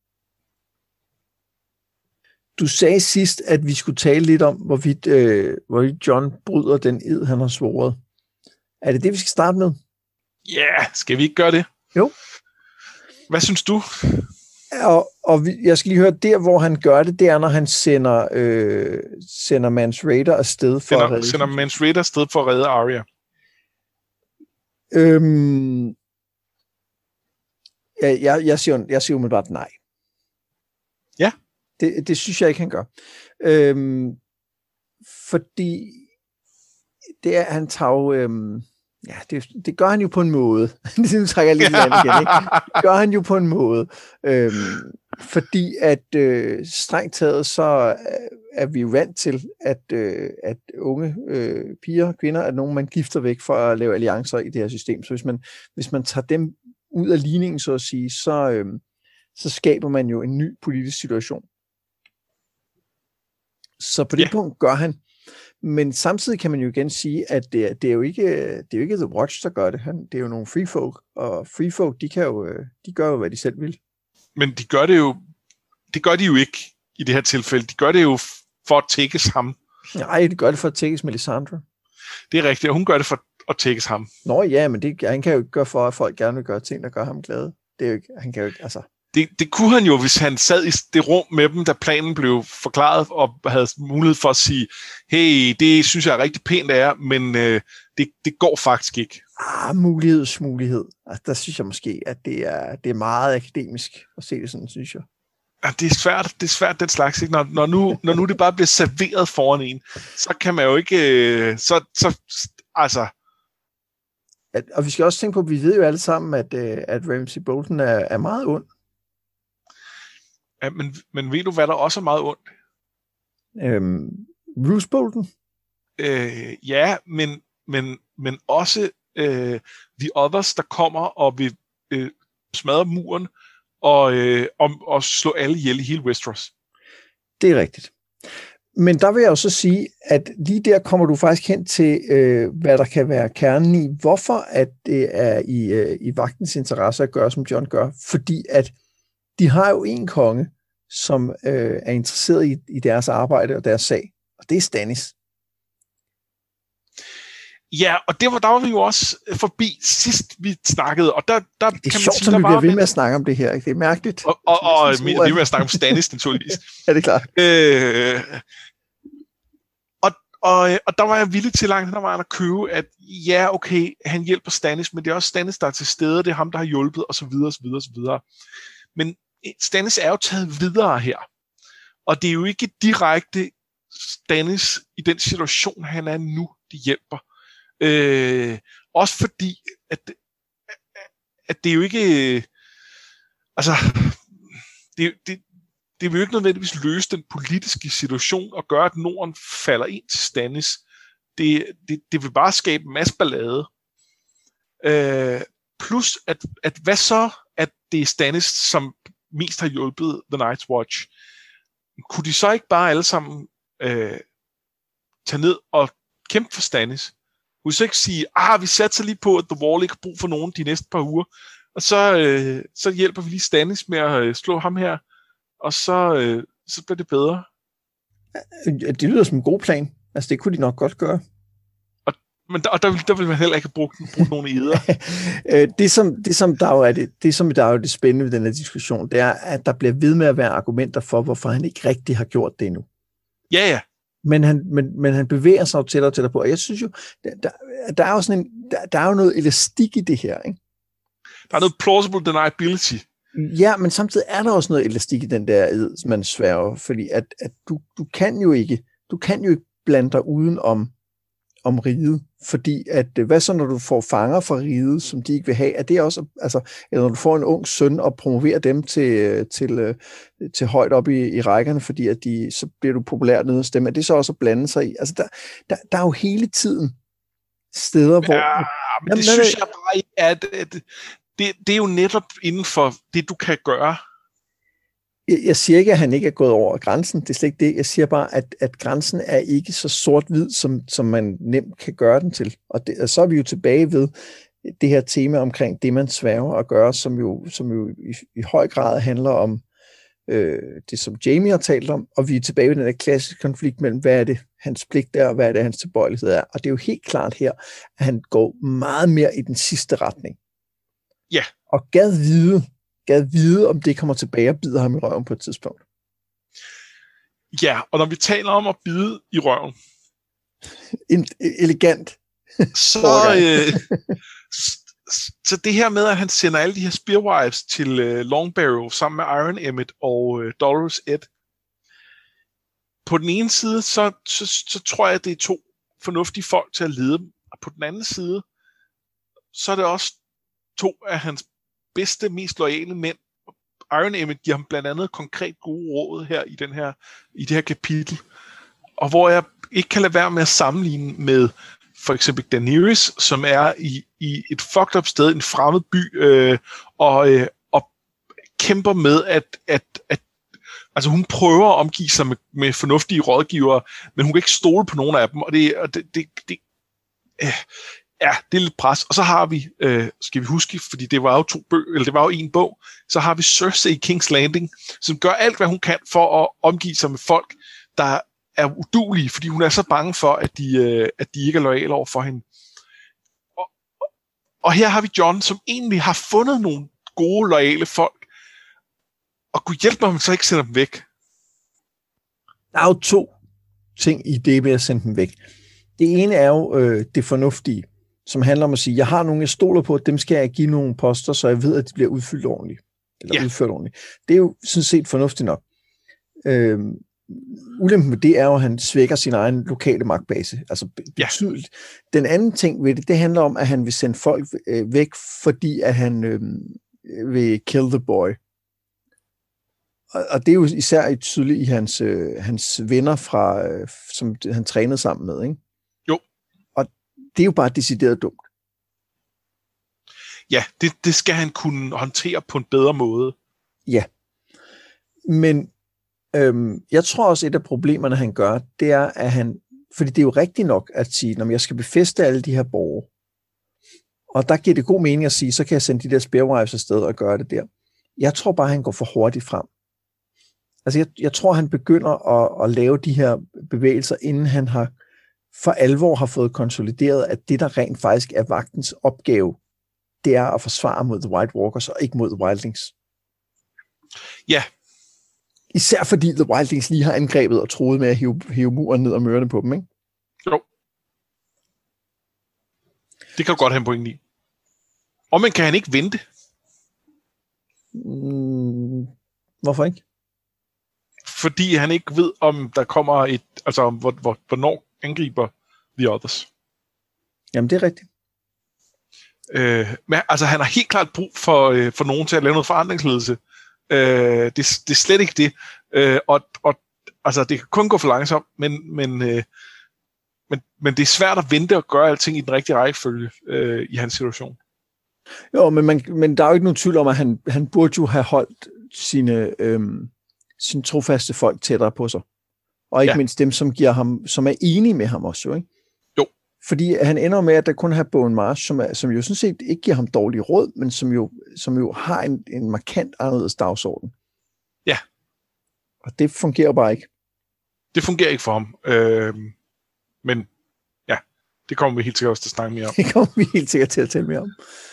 Du sagde sidst, at vi skulle tale lidt om, hvorvidt John bryder den ed, han har svoret. Er det det, vi skal starte med? Ja, skal vi ikke gøre det? Jo. Hvad synes du? Jeg skal lige høre, der hvor han gør det, det er, når han sender Mance Rayder afsted for at redde. Sender Mance Rayder afsted for at redde Arya. Jeg siger umiddelbart nej. Ja. Det synes jeg ikke, han gør. Fordi det er, han tager jo... det gør han jo på en måde. Nu trækker jeg lidt land igen, ikke? Det gør han jo på en måde. Fordi at strengt taget, så er vi vant til, at unge piger og kvinder, at nogen man gifter væk for at lave alliancer i det her system. Så hvis man tager dem ud af ligningen, så at sige, så skaber man jo en ny politisk situation. Så på det punkt gør han. Men samtidig kan man jo igen sige, at det er jo ikke The Watch, der gør det. Det er jo nogle freefolk, og freefolk, de gør jo, hvad de selv vil. Men det gør de jo ikke i det her tilfælde. De gør det jo for at tækkes ham. Nej, de gør det for at tækkes Melisandre. Det er rigtigt, og hun gør det for at tækkes ham. Nå ja, men han kan jo ikke gøre for, at folk gerne vil gøre ting, der gør ham glade. Det er jo ikke, han kan jo ikke, altså... Det kunne han jo, hvis han sad i det rum med dem, da planen blev forklaret, og havde mulighed for at sige, hey, det synes jeg er rigtig pænt af jer, men det går faktisk ikke. Mulighed. Altså, der synes jeg måske, at det er meget akademisk at se det sådan, synes jeg. Ja, det er svært den slags, ikke? Når nu det bare bliver serveret foran en, så kan man jo ikke, altså, Og vi skal også tænke på, at vi ved jo alle sammen, at Ramsay Bolton er meget ond. Ja, men ved du, hvad der også er meget ondt? Roose Bolton? Ja, men også The Others, der kommer og vil smadre muren og slå alle ihjel i hele Westeros. Det er rigtigt. Men der vil jeg jo så sige, at lige der kommer du faktisk hen til, hvad der kan være kernen i, hvorfor at det er i vagtens interesse at gøre, som Jon gør. Fordi at de har jo en konge, som er interesseret i deres arbejde og deres sag, og det er Stannis. Ja, og der var vi jo også forbi sidst vi snakkede, og der det er kan sjovt, man sige, som vi bliver ved med at snakke om det her, ikke? Det er mærkeligt. Og vi er ved med at snakke om Stannis, naturligvis. Ja, det er klart. Og der var jeg villig til langt, der var at købe, at ja, okay, han hjælper Stannis, men det er også Stannis, der er til stede, det er ham, der har hjulpet, og så videre, og så videre, og så videre. Men Stannis er jo taget videre her, og det er jo ikke direkte Stannis i den situation, han er nu, de hjælper. Også fordi, at det er jo ikke, altså, det vil jo ikke nødvendigvis løse den politiske situation og gøre, at Norden falder ind til Stannis. Det vil bare skabe en masse ballade. Plus, at hvad så, at det er Stannis, som mest har hjulpet The Night's Watch? Kunne de så ikke bare alle sammen tage ned og kæmpe for Stannis? Kunne de så ikke sige, vi satser lige på, at The Wall ikke har brug for nogen de næste par uger, og så hjælper vi lige Stannis med at slå ham her, og så bliver det bedre. Det lyder som en god plan. Altså, det kunne de nok godt gøre. Men der vil man heller ikke have brugt nogen eder. det som der er det spændende ved den her diskussion, det er, at der bliver ved med at være argumenter for, hvorfor han ikke rigtig har gjort det endnu. Ja. Men han bevæger sig jo tættere og tættere på, og jeg synes jo, der er jo sådan der er jo noget elastik i det her, ikke? Der er noget plausible deniability. Ja, men samtidig er der også noget elastik i den der ed, man sværger, fordi at du kan jo ikke blande dig uden om riget, fordi at hvad så, når du får fanger fra riget, som de ikke vil have, er det også, altså, eller når du får en ung søn og promoverer dem til højt op i rækkerne, fordi at så bliver du populær nede hos dem, er det så også at blande sig i? Altså, der er jo hele tiden steder, hvor... Ja, men det synes jeg bare, at det er jo netop inden for det, du kan gøre. Jeg siger ikke, at han ikke er gået over grænsen. Det er slet ikke det. Jeg siger bare, at grænsen er ikke så sort-hvid, som man nemt kan gøre den til. Og så er vi jo tilbage ved det her tema omkring det, man sværger at gøre, som jo i høj grad handler om det, som Jamie har talt om, og vi er tilbage ved den der klassiske konflikt mellem, hvad er det, hans pligt er, og hvad er det, hans tilbøjelighed er. Og det er jo helt klart her, at han går meget mere i den sidste retning. Ja. Og gad vide, om det kommer tilbage og bider ham i røven på et tidspunkt. Ja, og når vi taler om at bide i røven. Elegant. Så det her med, at han sender alle de her Spearwives til Longbarrow sammen med Iron Emmett og Dolorous Ed. På den ene side, så tror jeg, at det er to fornuftige folk til at lede dem. Og på den anden side, så er det også to af hans bedste, mest loyale mænd. Iron Emmett giver ham blandt andet konkret gode råd her i det her kapitel. Og hvor jeg ikke kan lade være med at sammenligne med for eksempel Daenerys, som er i et fucked up sted, en fremmed by, og kæmper med, at altså hun prøver at omgive sig med fornuftige rådgivere, men hun kan ikke stole på nogen af dem, og det er lidt pres. Og så har vi, skal vi huske, fordi det var jo en bog, så har vi Cersei i King's Landing, som gør alt, hvad hun kan for at omgive sig med folk, der er uduelige, fordi hun er så bange for, at de ikke er loyale over for hende. Og her har vi Jon, som egentlig har fundet nogle gode, loyale folk, og kunne hjælpe ham, så ikke sender dem væk. Der er jo to ting i det med at sende dem væk. Det ene er jo det fornuftige, som handler om at sige, jeg har nogle, jeg stoler på, at dem skal jeg give nogle poster, så jeg ved, at de bliver udfyldt ordentligt. Eller udført ordentligt. Det er jo sådan set fornuftigt nok. ulempen ved det er jo, at han svækker sin egen lokale magtbase. Altså betydeligt. Den anden ting ved det handler om, at han vil sende folk væk, fordi at han vil kill the boy. Og det er jo især tydeligt i hans venner, som han trænede sammen med, ikke? Jo. Og det er jo bare decideret dumt. Ja, det skal han kunne håndtere på en bedre måde. Ja. Men jeg tror også, et af problemerne, han gør, det er, at fordi det er jo rigtigt nok at sige, når jeg skal befæste alle de her borgere, og der giver det god mening at sige, så kan jeg sende de der sparewives afsted og gøre det der. Jeg tror bare, han går for hurtigt frem. Altså, jeg tror, han begynder at lave de her bevægelser, inden han for alvor har fået konsolideret, at det, der rent faktisk er vagtens opgave, det er at forsvare mod The White Walkers, og ikke mod The Wildlings. Ja. Især fordi The Wildlings lige har angrebet og troet med at hive muren ned og mørne på dem, ikke? Jo. Det kan du godt have en point i. Og men kan han ikke vente? Hvorfor ikke? Fordi han ikke ved, om der kommer hvornår angriber The Others. Jamen, det er rigtigt. Men altså, han har helt klart brug for nogen til at lave noget forandringsledelse. Det er slet ikke det. Og altså, det kan kun gå for langsomt, men det er svært at vente og gøre alting i den rigtige rækkefølge i hans situation. Jo, men der er jo ikke nogen tvivl om, at han burde jo have holdt sine trofaste folk tættere på sig. Og ikke mindst dem, som er enige med ham også, jo, ikke? Jo. Fordi han ender med, at der kun har Bone Marsh, som jo sådan set ikke giver ham dårlige råd, men som jo har en markant anderledes dagsorden. Ja. Og det fungerer bare ikke. Det fungerer ikke for ham. Men ja, det kommer vi helt sikkert også til at snakke mere om. Det kommer vi helt sikkert til at tale mere om.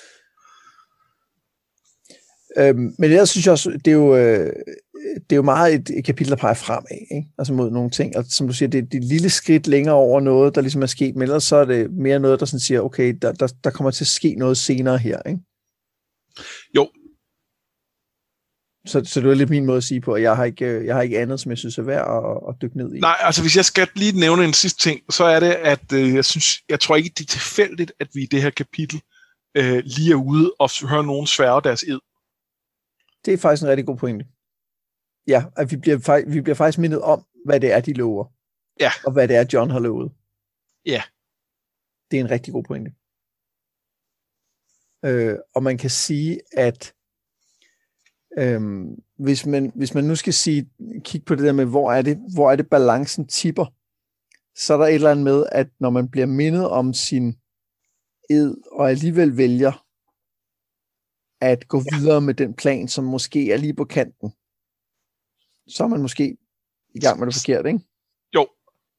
Men jeg synes også, det er jo meget et kapitel, der peger fremad, ikke? Altså mod nogle ting. Og som du siger, det er et lille skridt længere over noget, der ligesom er sket, men ellers så er det mere noget, der sådan siger, okay, der kommer til at ske noget senere her, ikke? Jo. Så det er lidt min måde at sige på, at jeg har ikke andet, som jeg synes er værd at dykke ned i. Nej, altså hvis jeg skal lige nævne en sidste ting, så er det, at jeg tror ikke, det er tilfældigt, at vi i det her kapitel lige er ude og hører nogen sværge deres ed. Det er faktisk en rigtig god pointe. Ja, at vi bliver faktisk mindet om, hvad det er, de lover. Ja. Og hvad det er, John har lovet. Ja. Det er en rigtig god pointe. Og man kan sige, at hvis man nu skal kigge på det der med, hvor er det balancen tipper, så er der et eller andet med, at når man bliver mindet om sin ed, og alligevel vælger at gå videre med den plan, som måske er lige på kanten, så er man måske i gang med det forkert, ikke? Jo.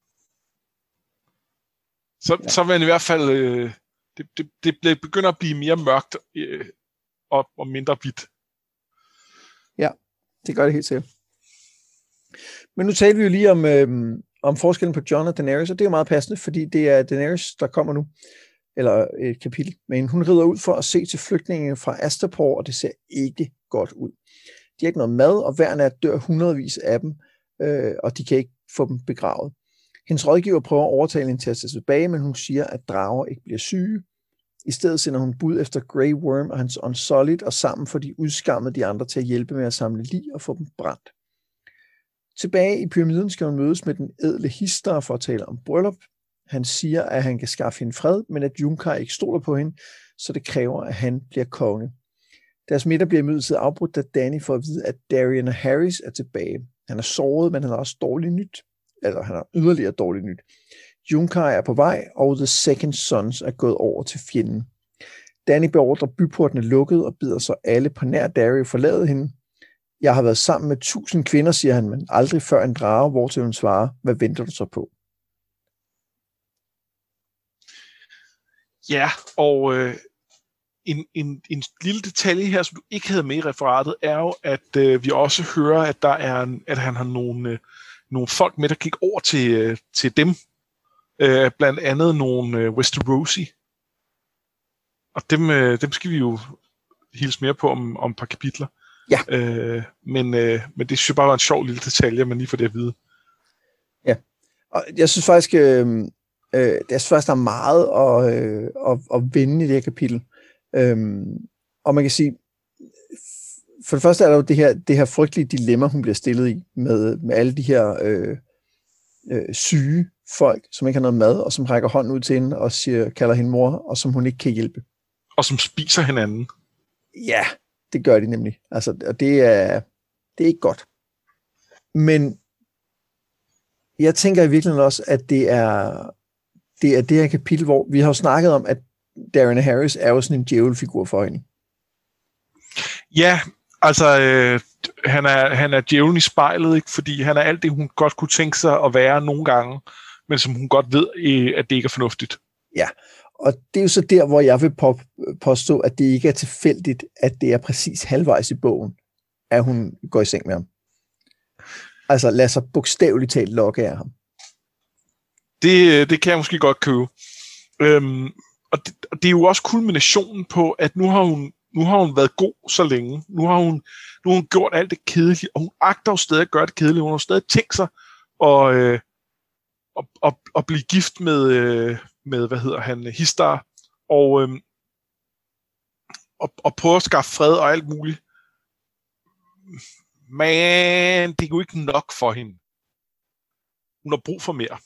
Så vil i hvert fald det begynder at blive mere mørkt og mindre hvidt. Ja, det gør det helt sikkert. Men nu taler vi jo lige om forskellen på Jon og Daenerys, og det er jo meget passende, fordi det er Daenerys, der kommer nu, eller et kapitel, men hun rider ud for at se til flygtningene fra Astapor, og det ser ikke godt ud. De har ikke noget mad, og hver nat dør hundredvis af dem, og de kan ikke få dem begravet. Hendes rådgiver prøver at overtale hende til at tage tilbage, men hun siger, at drager ikke bliver syge. I stedet sender hun bud efter Grey Worm og hans Unsullied, og sammen får de udskammede de andre til at hjælpe med at samle lig og få dem brændt. Tilbage i pyramiden skal hun mødes med den ædle Histar for at tale om bryllup. Han siger, at han kan skaffe hende fred, men at Junkar ikke stoler på hende, så det kræver, at han bliver konge. Deres middag bliver imidlertid afbrudt, da Dany får at vide, at Darian og Harris er tilbage. Han er såret, men han har også dårligt nyt. Eller han har yderligere dårligt nyt. Junkar er på vej, og The Second Sons er gået over til fjenden. Dany beordrer byportene lukket og bider så alle på nær Dario forlade hende. Jeg har været sammen med 1000 kvinder, siger han, men aldrig før en drage, hvortil hun svarer, hvad venter du så på? Ja, og en lille detalje her, som du ikke havde med i referatet, er jo, at vi også hører, at at han har nogle folk med, der gik over til dem. Blandt andet nogle Westerosi. Og dem skal vi jo hilse mere på om et par kapitler. Ja. Men det synes jeg bare var en sjov lille detalje, man lige får det at vide. Ja, og jeg synes faktisk, der er meget at vinde i det her kapitel. Og man kan sige, for det første er der jo det her frygtelige dilemma, hun bliver stillet i, med alle de her syge folk, som ikke har noget mad, og som rækker hånden ud til hende og kalder hende mor, og som hun ikke kan hjælpe. Og som spiser hinanden. Ja, det gør de nemlig. Altså, og det er ikke godt. Men jeg tænker i virkeligheden også, at det er det her kapitel, hvor vi har jo snakket om, at Darren Harris er jo sådan en djævelfigur for hende. Ja, altså han er djævlen i spejlet, ikke? Fordi han er alt det, hun godt kunne tænke sig at være nogle gange, men som hun godt ved, at det ikke er fornuftigt. Ja, og det er jo så der, hvor jeg vil påstå, at det ikke er tilfældigt, at det er præcis halvvejs i bogen, at hun går i seng med ham. Altså lad sig bogstaveligt talt lokke af ham. Det kan jeg måske godt købe. Og det er jo også kulminationen på, at nu har hun været god så længe. Nu har hun gjort alt det kedelige, og hun agter jo stadig at gøre det kedelige. Hun har stadig tænkt sig at blive gift med hvad hedder han, Histar, og prøve at skaffe fred og alt muligt. Men det er jo ikke nok for hende. Hun har brug for mere.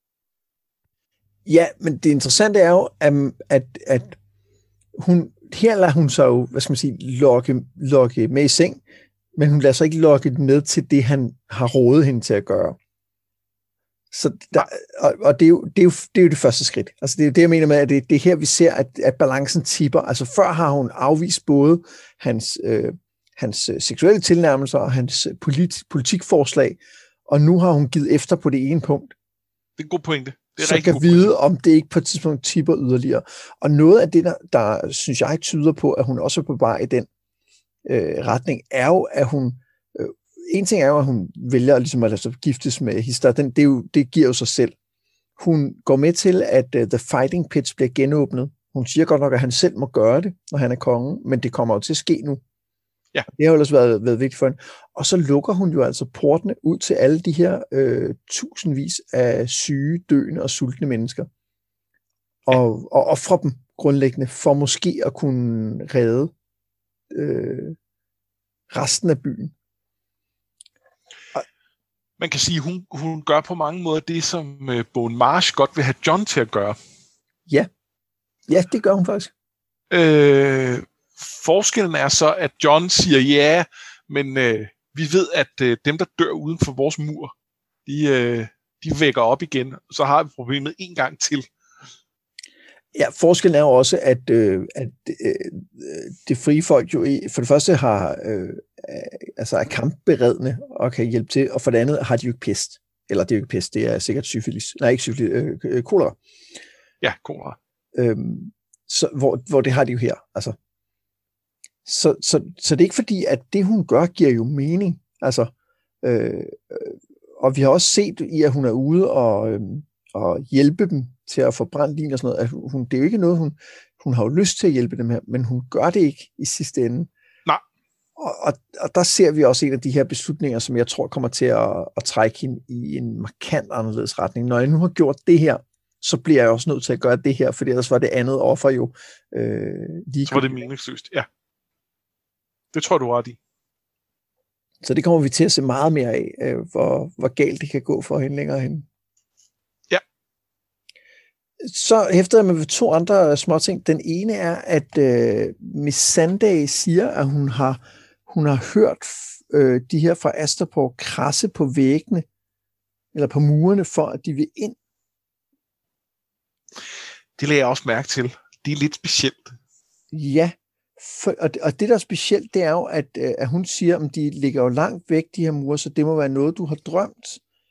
Ja, men det interessante er jo, at hun, her lader hun så jo, hvad skal man sige, lokke med i seng, men hun lader så ikke lokke med til det, han har rådet hende til at gøre. Så og det er jo det første skridt. Altså det er jo det, jeg mener med, at det er her, vi ser, at balancen tipper. Altså før har hun afvist både hans seksuelle tilnærmelser og hans politikforslag, og nu har hun givet efter på det ene punkt. Det er en god pointe. Det er så kan vide, om det ikke på et tidspunkt tipper yderligere. Og noget af det, der synes jeg tyder på, at hun også er på vej i den retning, er jo, at hun... en ting er jo, at hun vælger ligesom at lade sig giftes med Histar. Det giver jo sig selv. Hun går med til, at The Fighting Pits bliver genåbnet. Hun siger godt nok, at han selv må gøre det, når han er kongen, men det kommer jo til at ske nu. Ja. Det har jo ellers været vigtigt for hende. Og så lukker hun jo altså portene ud til alle de her tusindvis af syge, døende og sultne mennesker. Og offrer dem grundlæggende for måske at kunne redde resten af byen. Man kan sige, hun gør på mange måder det, som Bowen Marsh godt vil have Jon til at gøre. Ja, det gør hun faktisk. Forskellen er så, at Jon siger ja, men vi ved, at dem, der dør uden for vores mur, de vækker op igen, så har vi problemet en gang til. Ja, forskellen er jo også, at det frie folk jo for det første har er kampberedne og kan hjælpe til, og for det andet har de jo ikke pest. Eller det er jo ikke pest, det er sikkert syfilis. Nej, ikke syfilis, kolera. Ja, kolera. Så, hvor det har de jo her. Altså. Så det er ikke fordi, at det hun gør, giver jo mening. Altså, og vi har også set i, at hun er ude og hjælpe dem til at få brændt lin og sådan noget. At det er jo ikke noget, hun har jo lyst til at hjælpe dem her, men hun gør det ikke i sidste ende. Nej. Og der ser vi også en af de her beslutninger, som jeg tror kommer til at trække hende i en markant anderledes retning. Når jeg nu har gjort det her, så bliver jeg også nødt til at gøre det her, for ellers var det andet offer jo lige. Så var det meningsløst, ja. Det tror du ret i. Så det kommer vi til at se meget mere af, hvor galt det kan gå for hende længere hen. Ja. Så hæfter jeg mig ved to andre små ting. Den ene er, at Missandei siger, at hun har hørt de her fra Astapor krasse på væggene, eller på murene, for at de vil ind. Det lagde jeg også mærke til. Det er lidt specielt. Ja, og det der er specielt, det er jo, at hun siger, at de ligger jo langt væk, de her mure, så det må være noget, du har drømt.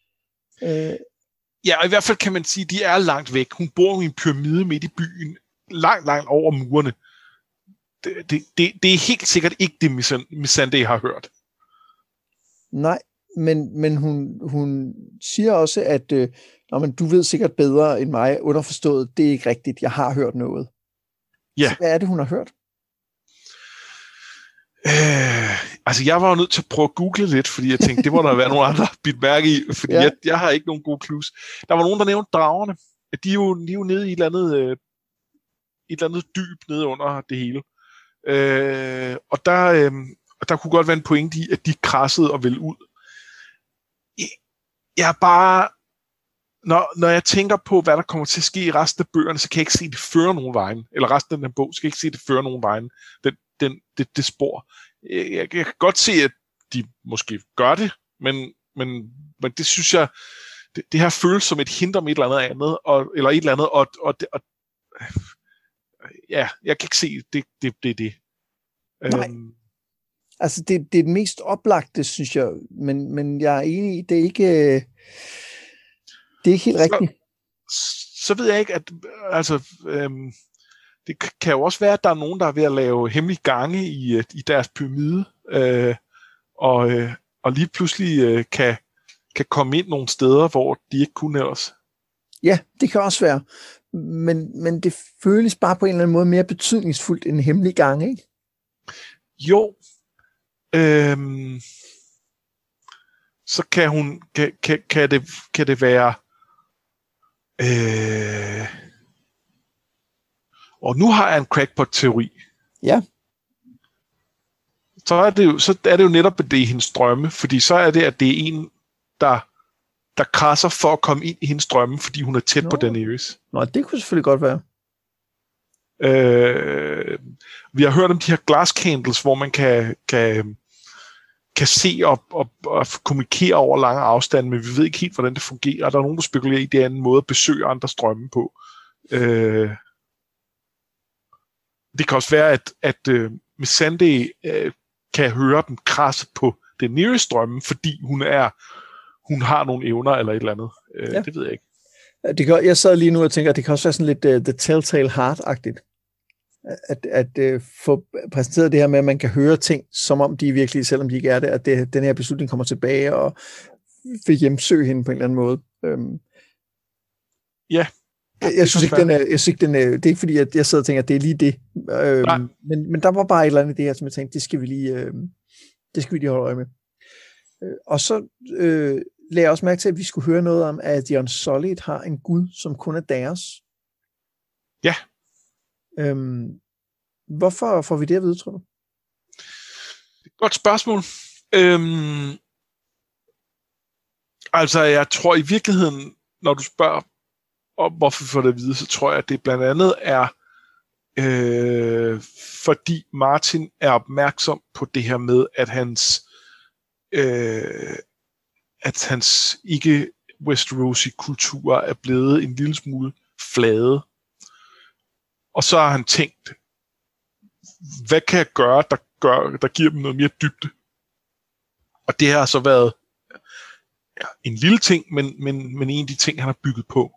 Ja, og i hvert fald kan man sige, at de er langt væk. Hun bor i en pyramide midt i byen, langt over murene. Det er helt sikkert ikke det, Missandei har hørt. Nej, men hun siger også, at men du ved sikkert bedre end mig, underforstået, det er ikke rigtigt, jeg har hørt noget. Ja. Så hvad er det, hun har hørt? Altså, jeg var jo nødt til at prøve at google lidt, fordi jeg tænkte, det må der være nogle andre bidt mærke i, fordi jeg har ikke nogen gode clues. Der var nogen, der nævnte dragerne. De er jo nede i et eller andet dyb nede under det hele. Og der kunne godt være en pointe i, at de krassede og ville ud. Jeg er bare... Når jeg tænker på, hvad der kommer til at ske i resten af bøgerne, så kan jeg ikke se, at det fører nogen vejen. Eller resten af den her bog, så kan jeg ikke se, at det fører nogen vejen. Det spor. Jeg kan godt se, at de måske gør det, men det synes jeg, det her føles som et hint om et eller andet, eller et eller andet, og ja, jeg kan ikke se, det. Nej. Altså, det er det mest oplagte, synes jeg, men jeg er enig i, det er ikke helt rigtigt. Så ved jeg ikke, at altså, det kan jo også være, at der er nogen, der er ved at lave hemmelige gange i deres pyramide, og lige pludselig kan komme ind nogle steder, hvor de ikke kunne ellers. Ja, det kan også være. Men det føles bare på en eller anden måde mere betydningsfuldt end en hemmelig gang, ikke? Jo. Så kan det være... Og nu har jeg en crackpot-teori. Ja. Så er det jo netop det i hendes drømme, fordi så er det, at det er en, der krasser for at komme ind i hendes drømme, fordi hun er tæt på Daenerys. Nå, det kunne selvfølgelig godt være. Vi har hørt om de her glass candles, hvor man kan se og kommunikere over lange afstande, men vi ved ikke helt, hvordan det fungerer. Og der er nogen, der spekulerer i, det er en måde at besøge andres drømme på. Det kan også være, at Missandei kan høre dem krasse på Daenerys drømme, fordi hun har nogle evner eller et eller andet. Ja. Det ved jeg ikke. Jeg sad lige nu og tænker, at det kan også være sådan lidt The Telltale Heart-agtigt. At få præsenteret det her med, at man kan høre ting, som om de er virkelige, selvom de ikke er det, at den her beslutning kommer tilbage og vil hjemsøge hende på en eller anden måde. Ja. Jeg synes ikke, det er ikke fordi, at jeg sidder og tænker, at det er lige det. Men der var bare et eller andet i det her, som jeg tænkte, det skal vi lige holde øje med. Og så lagde jeg også mærke til, at vi skulle høre noget om, at The Unsullied har en gud, som kun er deres. Ja. Hvorfor får vi det at vide, tror du? Godt spørgsmål. Altså, jeg tror i virkeligheden, når du spørger om, hvorfor vi får det at vide, så tror jeg, at det blandt andet er, fordi Martin er opmærksom på det her med, at hans ikke-Westerosi kultur er blevet en lille smule flade. Og så har han tænkt, hvad kan jeg gøre, der giver dem noget mere dybde? Og det har så været en lille ting, men en af de ting, han har bygget på.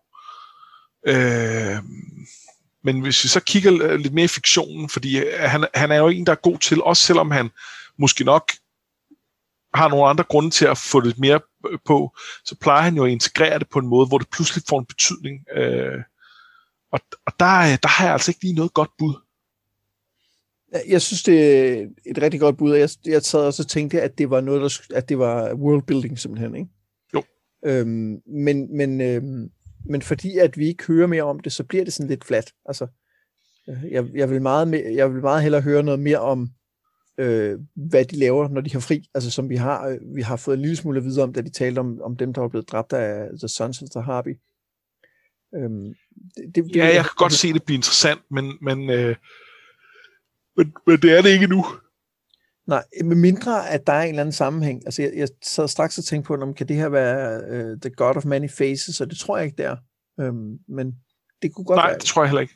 Men hvis vi så kigger lidt mere i fiktionen, fordi han er jo en, der er god til, også selvom han måske nok har nogle andre grunde til at få lidt mere på, så plejer han jo at integrere det på en måde, hvor det pludselig får en betydning. Og der har jeg altså ikke lige noget godt bud. Jeg synes, det er et rigtig godt bud, og jeg sad også og tænkte, at det var noget, at det var worldbuilding simpelthen, ikke? Jo. Men fordi at vi ikke hører mere om det, så bliver det sådan lidt flat. Altså, jeg vil meget hellere høre noget mere om, hvad de laver, når de har fri. Altså, som vi har fået en lille smule at vide om, da de talte om dem, der var blevet dræbt af The Sons of the Harpy. Jeg kan godt se, det bliver interessant, men det er det ikke nu. Nej, med mindre, at der er en eller anden sammenhæng. Altså, jeg sad straks og tænkte på, om kan det her være The God of Many Faces, og det tror jeg ikke, det er. Men det kunne godt være. Nej, det tror jeg heller ikke.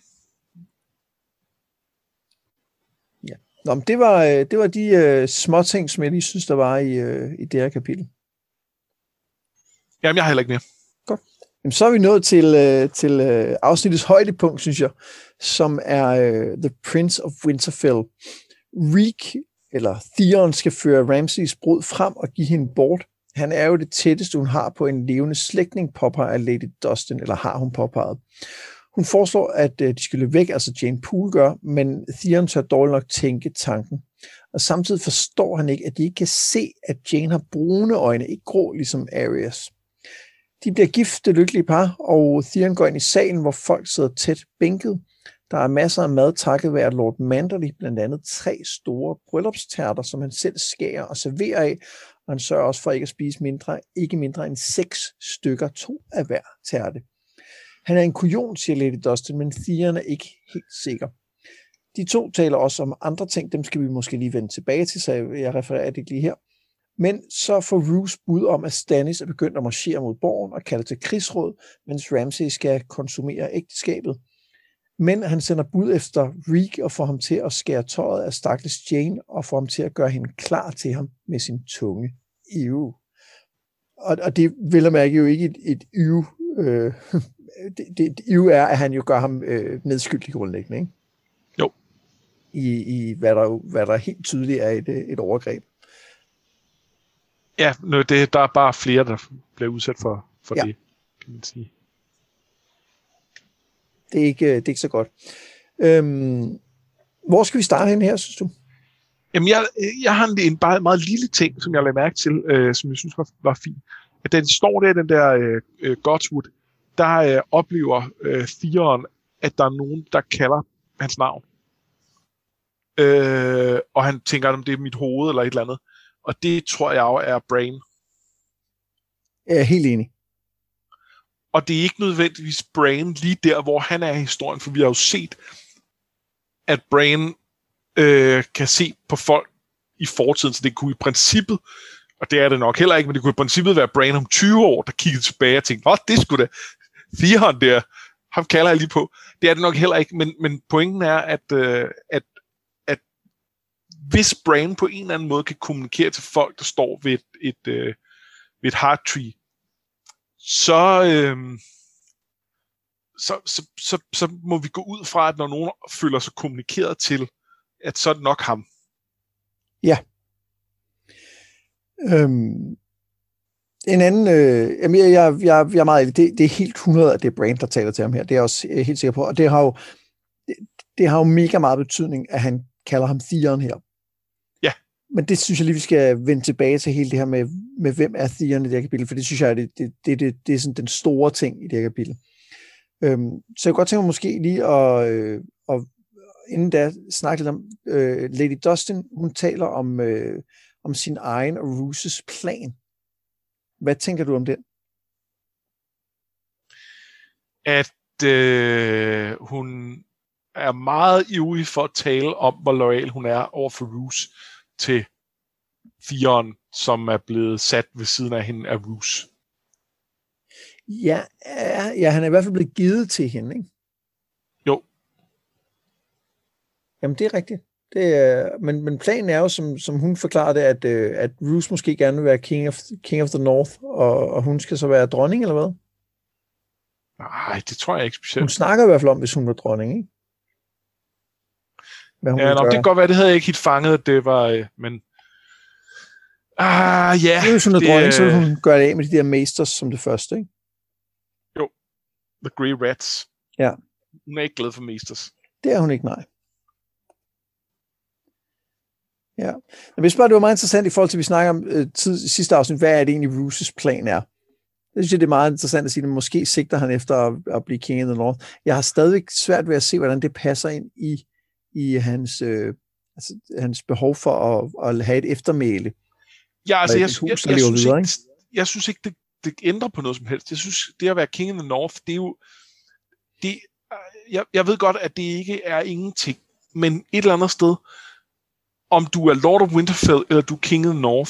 Ja. Nå, men det var de små ting, som jeg lige synes, der var i det her kapitel. Jamen, jeg har heller ikke mere. Godt. Jamen, så er vi nået til afsnittets højdepunkt, synes jeg, som er The Prince of Winterfell. Reek, eller Theon, skal føre Ramsays brud frem og give hende bort. Han er jo det tætteste, hun har på en levende slægtning, påpeger Lady Dustin, eller har hun påpeget. Hun foreslår, at de skal løbe væk, altså Jane Poole gør, men Theon tør dårligt nok tænke tanken. Og samtidig forstår han ikke, at de ikke kan se, at Jane har brune øjne, ikke grå, ligesom Arias. De bliver gift, det lykkelige par, og Theon går ind i salen, hvor folk sidder tæt bænket. Der er masser af mad takket være Lord Manderly, blandt andet 3 store bryllupstærter, som han selv skærer og serverer af, og han sørger også for ikke at spise ikke mindre end 6 stykker, 2 af hver tærte. Han er en kujon, siger Lady Dustin, men Theon er ikke helt sikker. De 2 taler også om andre ting, dem skal vi måske lige vende tilbage til, så jeg refererer det ikke lige her. Men så får Roose bud om, at Stannis er begyndt at marchere mod borgen og kalder til krigsråd, mens Ramsay skal konsumere ægteskabet. Men han sender bud efter Reek og får ham til at skære tøjet af stakkels Jane og får ham til at gøre hende klar til ham med sin tunge. Ew. Og det vil jeg mærke jo ikke et ew. Det ew er, at han jo gør ham medskyldig grundlæggende, ikke? Jo. I hvad der helt tydeligt er et overgreb. Ja, der er bare flere, der bliver udsat for ja. Det, kan man sige. Det er ikke så godt. Hvor skal vi starte hen her, synes du? Jamen, jeg har en bare meget lille ting, som jeg lagde mærke til, som jeg synes var fint. At da de står der i den der Godswood, der oplever Theon, at der er nogen, der kalder hans navn. Og han tænker, om det er mit hoved eller et eller andet. Og det tror jeg jo er Brain. Jeg er helt enig. Og det er ikke nødvendigvis Brain lige der, hvor han er i historien, for vi har jo set, at Brain kan se på folk i fortiden, så det kunne i princippet, og det er det nok heller ikke, men det kunne i princippet være Brain om 20 år, der kiggede tilbage og tænkte, det skulle da Theon der, ham kalder jeg lige på. Det er det nok heller ikke, men pointen er, at hvis Brain på en eller anden måde kan kommunikere til folk, der står ved et heart tree, så må vi gå ud fra, at når nogen føler sig kommunikeret til, at så er det nok ham. Ja. En anden, jeg er meget, det er helt 100, at det er Brain, der taler til ham her. Det er jeg også helt sikker på. Og det har jo mega meget betydning, at han kalder ham Theon her. Ja. Men det synes jeg lige, vi skal vende tilbage til hele det her med hvem er Theon i det her kapitel, for det synes jeg, det er sådan den store ting i det her kapitel. Så jeg kunne godt tænke mig måske lige at inden da snakke lidt om Lady Dustin, hun taler om sin egen og Rooses plan. Hvad tænker du om den? At hun er meget ivrig for at tale om, hvor loyal hun er over for Roose til Theon, som er blevet sat ved siden af hende af Roose. Ja, han er i hvert fald blevet givet til hende, ikke? Jo. Jamen, det er rigtigt. Men planen er jo, som hun forklarede det, at Roose måske gerne vil være King of the North, og hun skal så være dronning, eller hvad? Nej, det tror jeg ikke specielt. Hun snakker i hvert fald om, hvis hun var dronning, ikke? Ja, det kan godt være, det havde jeg ikke helt fanget, det var, men... ja. Hvis hun er dronning, så vil hun gøre det af med de der Maesters som det første, ikke? Jo. The Grey Rats. Ja. Hun er ikke glad for Maesters. Det er hun ikke, nej. Ja. Men hvis bare det var meget interessant i forhold til, at vi snakker om sidste afsnit, hvad er det egentlig Rooses plan er? Det synes jeg, det er meget interessant at sige, at måske sigter han efter at blive King of the North. Jeg har stadig svært ved at se, hvordan det passer ind i hans behov for at have et eftermæle. Ja, altså jeg synes ikke, det ændrer på noget som helst. Jeg synes, det at være King of the North, det er jo... Jeg ved godt, at det ikke er ingenting, men et eller andet sted, om du er Lord of Winterfell, eller du er King of the North,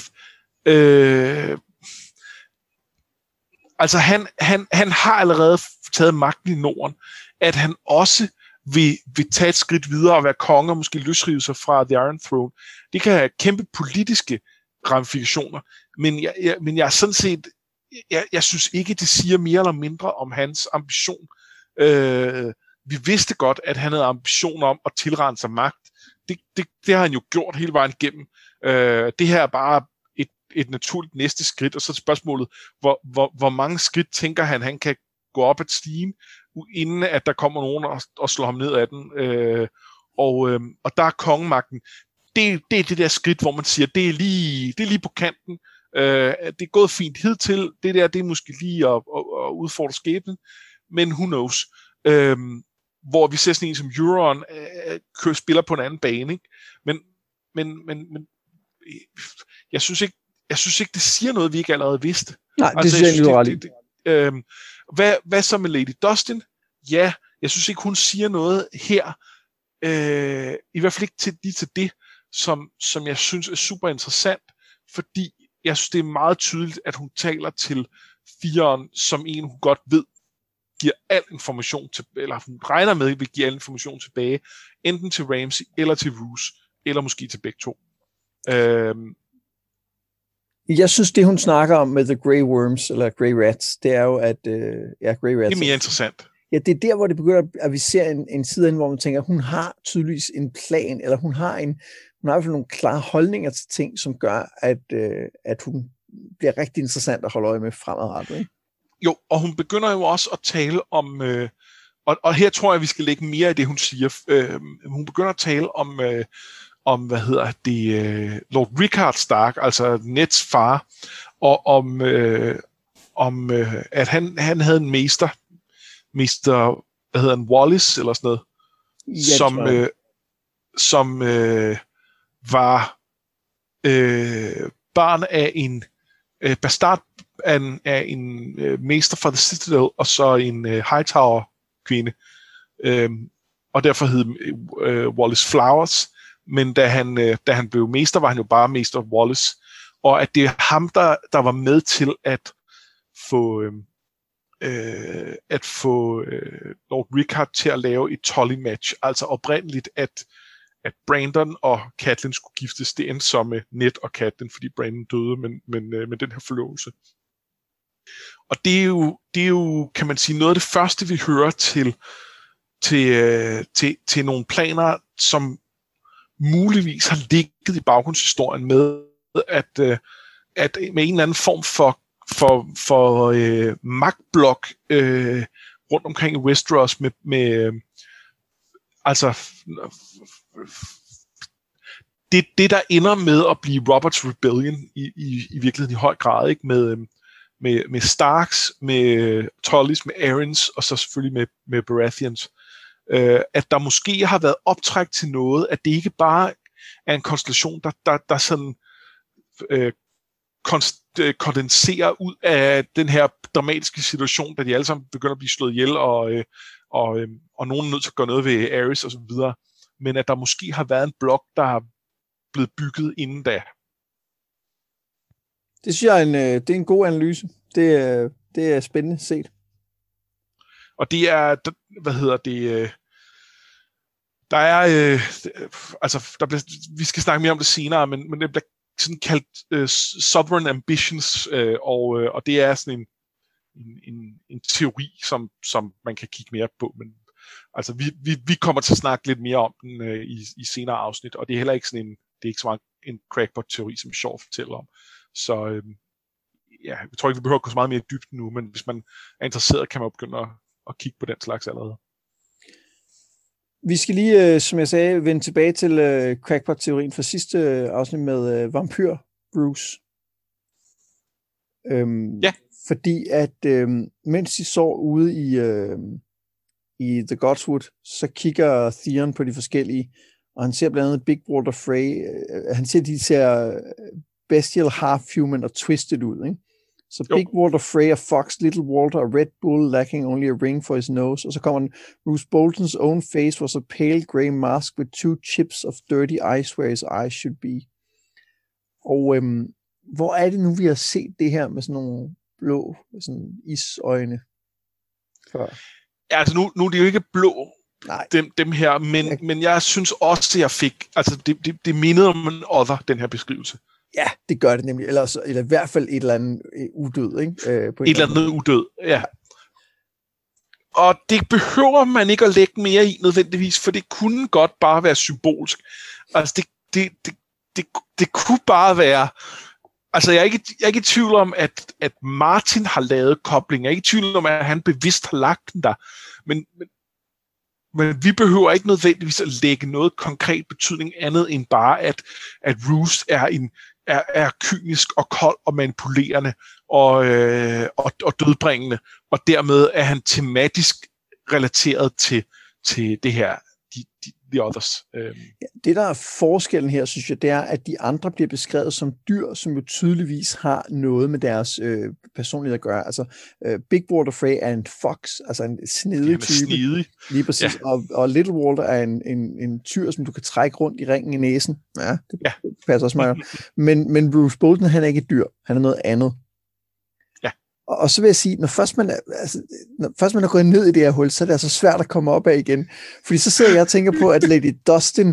altså han har allerede taget magten i Norden, at han også vil tage et skridt videre og være konge og måske løsrive sig fra The Iron Throne. Det kan have kæmpe politiske ramifikationer, men jeg er sådan set, jeg synes ikke, det siger mere eller mindre om hans ambition. Vi vidste godt, at han havde ambitioner om at tilrane sig magt. Det har han jo gjort hele vejen igennem. Det her er bare et naturligt næste skridt, og så spørgsmålet, hvor mange skridt tænker han kan gå op ad stigen, inden at der kommer nogen og slår ham ned af den. Og der er kongemagten. er det der skridt, hvor man siger, det er lige på kanten. Det er gået fint hidtil. Det der, det er måske lige at udfordre skæbnen. Men who knows? Hvor vi ser sådan en som Euron spiller på en anden bane. Ikke? Men jeg synes ikke, det siger noget, vi ikke allerede vidste. Nej, det synes jeg ikke, du er ret i. Hvad så med Lady Dustin? Ja, jeg synes ikke, hun siger noget her. I hvert fald ikke lige til det, som jeg synes er super interessant, fordi jeg synes, det er meget tydeligt, at hun taler til fireren, som en, hun godt ved, giver al information til, eller hun regner med, at vi giver al information tilbage, enten til Ramsay, eller til Roose, eller måske til begge to. Jeg synes, det hun snakker om med The Grey Worms, eller Grey Rats, det er jo, at Grey Rats... Det er mere interessant. Ja, det er der, hvor det begynder, at vi ser en side, hvor man tænker, hun har tydeligvis en plan, eller hun har i hvert fald nogle klare holdninger til ting, som gør, at hun bliver rigtig interessant at holde øje med fremadrettet. Ikke? Jo, og hun begynder jo også at tale om, og her tror jeg, vi skal lægge mere i det, hun siger. Hun begynder at tale om Lord Rickard Stark, altså Neds far, og om at han havde en mester, hvad hedder han, Wallace, eller sådan noget, ja, som var barn af en bastard af en mester fra The Citadel, og så en Hightower-kvinde. Og derfor hed Wallace Flowers, men da han blev mester, var han jo bare mester Wallace. Og at det er ham, der var med til at få Lord Rickard til at lave et Tully-match. Altså oprindeligt, at Brandon og Catelyn skulle giftes. Det endte så med Ned og Catelyn, fordi Brandon døde med den her forlovelse. Og det er jo, kan man sige, noget af det første, vi hører til nogle planer, som muligvis har ligget i baggrundshistorien med, at med en eller anden form for magtblok rundt omkring i Westeros med altså det der ender med at blive Roberts Rebellion i virkeligheden i høj grad, ikke, med Starks, med Tullys, med Aarons og så selvfølgelig med Baratheons. At der måske har været optræk til noget, at det ikke bare er en konstellation, der sådan kondenserer ud af den her dramatiske situation, da de alle sammen begynder at blive slået ihjel, og nogen er nødt til at gøre noget ved Aerys og så videre, men at der måske har været en blok, der har blevet bygget inden da. Det synes jeg det er en god analyse. Det er spændende set. Og det er, der er, vi skal snakke mere om det senere, men det bliver sådan kaldt Sovereign Ambitions, og det er sådan en teori, som man kan kigge mere på, men altså vi kommer til at snakke lidt mere om den i senere afsnit, og det er heller ikke sådan det er ikke så meget en crackpot-teori, som Shaw fortæller om. Så jeg tror ikke, vi behøver at gå så meget mere i dybden nu, men hvis man er interesseret, kan man jo begynde at kigge på den slags allerede. Vi skal lige, som jeg sagde, vende tilbage til crackpot-teorien fra sidste afsnit med Vampyr Bruce. Ja. Fordi at mens de står ude i The Godswood, så kigger Theon på de forskellige, og han ser blandt andet Big Walter Frey. Han ser, de ser bestial, half-human og twisted ud, ikke? Så Big Walter Frey og Fox, Little Walter og Red Bull lacking only a ring for his nose. Og så kommer Roose Bolton's own face was a pale grey mask with 2 chips of dirty ice where his eyes should be. Og hvor er det nu, vi har set det her med sådan nogle blå sådan isøjne før? Ja, altså nu er det jo ikke blå, dem her, men jeg synes også, at jeg fik, altså det mindede om en other, den her beskrivelse. Ja, det gør det nemlig. Eller i hvert fald et eller andet udød, ikke? På et eller andet udød, ja. Og det behøver man ikke at lægge mere i nødvendigvis, for det kunne godt bare være symbolsk. Altså det kunne bare være. Altså jeg er ikke i tvivl om, at Martin har lavet kobling. Jeg er ikke i tvivl om, at han bevidst har lagt den der. Men Men vi behøver ikke nødvendigvis at lægge noget konkret betydning andet end bare, at Roose er kynisk og kold og manipulerende og dødbringende, og dermed er han tematisk relateret til det her, The Others. Det, der er forskellen her, synes jeg, det er, at de andre bliver beskrevet som dyr, som jo tydeligvis har noget med deres personlighed at gøre. Altså, Big Walter Frey er en fox, altså en snedig type. Snedig. Lige præcis. Ja. Og Little Walter er en tyr, som du kan trække rundt i ringen i næsen. Ja, det passer også meget. Men Bruce Bolton, han er ikke et dyr. Han er noget andet. Og så vil jeg sige, når først man er gået ned i det her hul, så er det altså svært at komme op af igen. Fordi så sidder jeg og tænker på, at Lady Dustin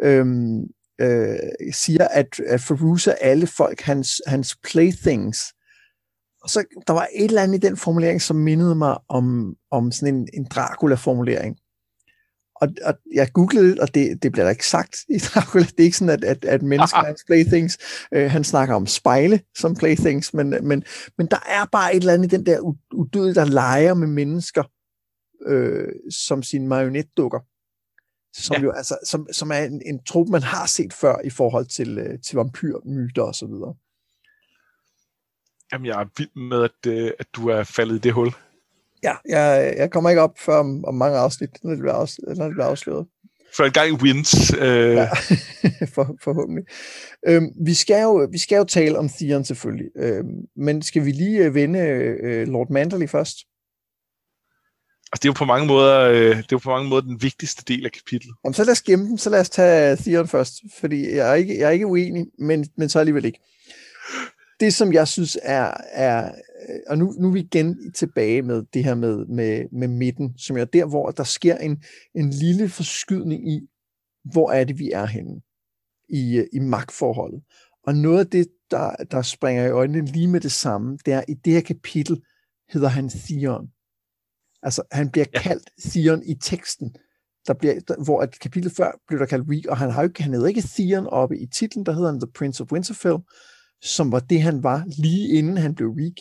siger, at Farouche er alle folk hans playthings. Og så der var et eller andet i den formulering, som mindede mig om sådan en Dracula-formulering. Og jeg googlede det, og det bliver der ikke sagt i Dracula. Det er ikke sådan, at mennesker er playthings. Han snakker om spejle som playthings, men der er bare et eller andet i den der udødelige, der leger med mennesker som sine marionetdukker. Som jo altså, som er en trope, man har set før i forhold til vampyrmyter og så videre. Jamen, jeg er vild med, at du er faldet i det hul. Ja, jeg kommer ikke op før om mange afsnit, når det bliver afsløret. For en gang wins. Ja, forhåbentlig. Vi skal jo tale om Theon selvfølgelig, men skal vi lige vende Lord Manderly først? Altså, det er jo på mange måder den vigtigste del af kapitlet. Jamen, så lad os gemme dem, så lad os tage Theon først, fordi jeg er ikke uenig, men så alligevel ikke. Det, som jeg synes er og nu er vi igen tilbage med det her med midten, som er der, hvor der sker en lille forskydning i, hvor er det, vi er henne i magtforholdet. Og noget af det, der springer i øjnene lige med det samme, det er, i det her kapitel hedder han Theon. Altså, han bliver kaldt Theon i teksten, hvor et kapitel før blev der kaldt Reek, og han hedder ikke Theon oppe i titlen, der hedder han The Prince of Winterfell, som var det, han var lige inden han blev Reek.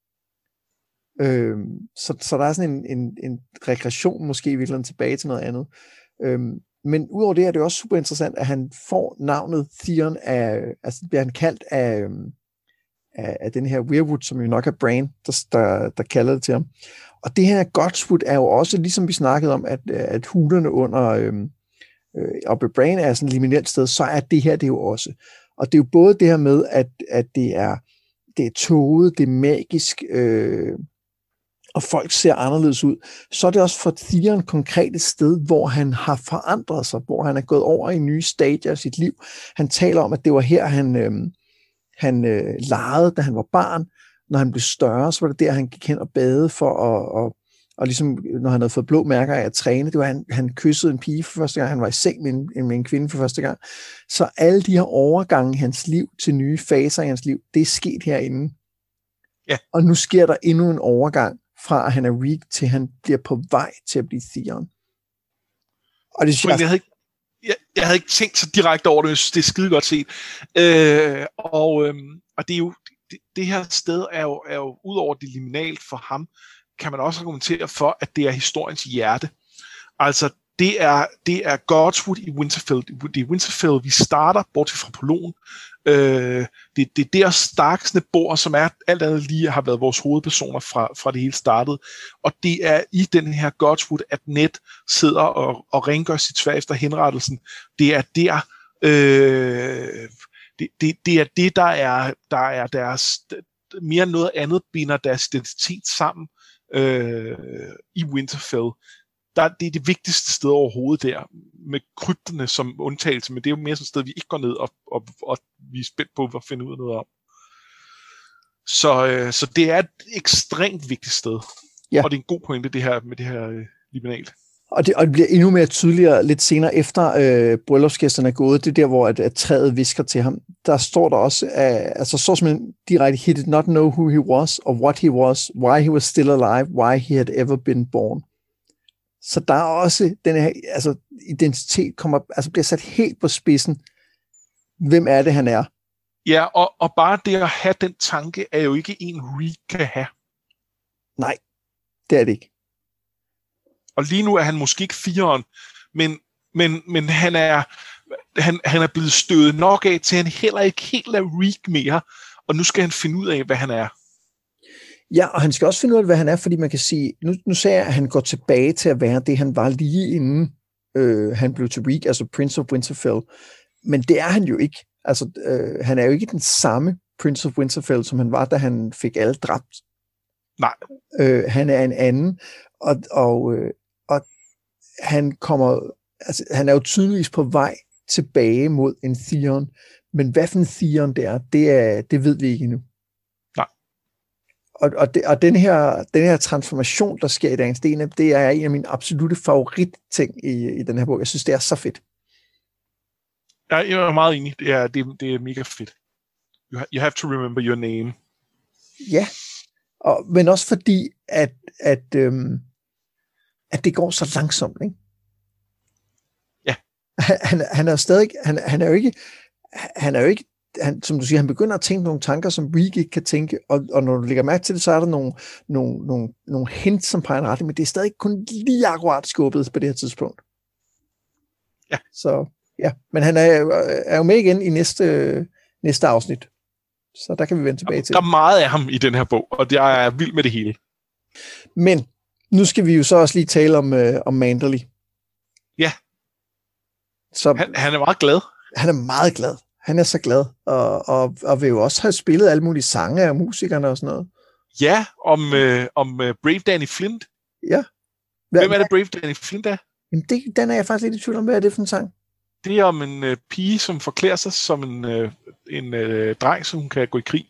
Så der er sådan en regression måske i virkeligheden tilbage til noget andet. Men udover det er det også super interessant, at han får navnet Theon altså bliver han kaldt af den her Weirwood, som jo nok er Bran, der kalder det til ham. Og det her Godswood er jo også, ligesom vi snakkede om, at hulerne under oppe Bran er sådan et liminelt sted, så er det her det jo også. Og det er jo både det her med, at det er tåget, det er magisk, og folk ser anderledes ud, så er det også for Theon konkret et sted, hvor han har forandret sig, hvor han er gået over i nye stadier af sit liv. Han taler om, at det var her, han legede, da han var barn. Når han blev større, så var det der, han gik hen og bade for og ligesom, når han havde fået blå mærker af at træne, det var, han kyssede en pige for første gang, han var i seng med en kvinde for første gang. Så alle de her overgange i hans liv til nye faser i hans liv, det er sket herinde. Ja. Og nu sker der endnu en overgang fra, at han er Reek, til han bliver på vej til at blive Theon. Og det synes jeg havde ikke tænkt så direkte over det, men jeg synes, det er skide godt set. Og det er jo det her sted er jo ud over det liminalt for ham, kan man også argumentere for, at det er historiens hjerte. Altså, det er Godswood i Winterfell. Det er Winterfell, vi starter, bortset fra prologen. Det er der Starksne bor, som er alt andet lige har været vores hovedpersoner fra det hele startede. Og det er i den her Godswood, at Ned sidder og rengør sit svær efter henrettelsen. Det er der... Det er det, der er deres, mere end noget andet, binder deres identitet sammen i Winterfell. Det er det vigtigste sted overhovedet der, med krypterne som undtagelse, men det er jo mere sådan et sted, vi ikke går ned, og vi er spændt på at finde ud af noget om. Så det er et ekstremt vigtigt sted, ja. Og det er en god pointe, det her med det her liminal. Og det bliver endnu mere tydeligere lidt senere efter bryllupsgæsterne er gået. Det er der, hvor at træet visker til ham. Der står der også, altså så simpelthen direkte, he did not know who he was, or what he was, why he was still alive, why he had ever been born. Så der er også den her, altså identitet bliver sat helt på spidsen. Hvem er det, han er? Ja, og bare det at have den tanke, er jo ikke en Reek kan have. Nej, det er det ikke. Og lige nu er han måske ikke 4'eren, men han er blevet stødet nok af, til han heller ikke helt er Reek mere, og nu skal han finde ud af, hvad han er. Ja, og han skal også finde ud af, hvad han er, fordi man kan sige, nu sagde jeg, at han går tilbage til at være det, han var lige inden han blev til Reek, altså Prince of Winterfell. Men det er han jo ikke. Altså, han er jo ikke den samme Prince of Winterfell, som han var, da han fik alle dræbt. Nej. Han er en anden, og han kommer, altså, han er jo tydeligvis på vej tilbage mod en Theon, men hvad for en Theon det ved vi ikke endnu. Nej. Og den her transformation, der sker i dagens scene, det er en af mine absolutte favoritting i den her bog. Jeg synes, det er så fedt. Jeg er meget enig. Det er mega fedt. You have to remember your name. Ja, men også fordi, at det går så langsomt, ikke? Ja. Han er stadig, han er jo ikke, som du siger, han begynder at tænke nogle tanker, som Reek ikke kan tænke, og når du lægger mærke til det, så er der nogle hint, som peger en retning, men det er stadig kun lige akkurat skubbet på det her tidspunkt. Ja. Så, ja. Men han er jo med igen i næste afsnit. Så der kan vi vende tilbage til. Der er meget af ham i den her bog, og jeg er vild med det hele. Men nu skal vi jo så også lige tale om Manderly. Ja. Så, han er meget glad. Han er meget glad. Han er så glad, og vil jo også have spillet alle mulige sange af musikerne og sådan noget. Ja, om Brave Danny Flint. Ja. Hvem er det Brave Danny Flint er? Jamen den er jeg faktisk lidt i tvivl om, hvad er det for en sang? Det er om en pige, som forklæder sig som en dreng, så hun kan gå i krig.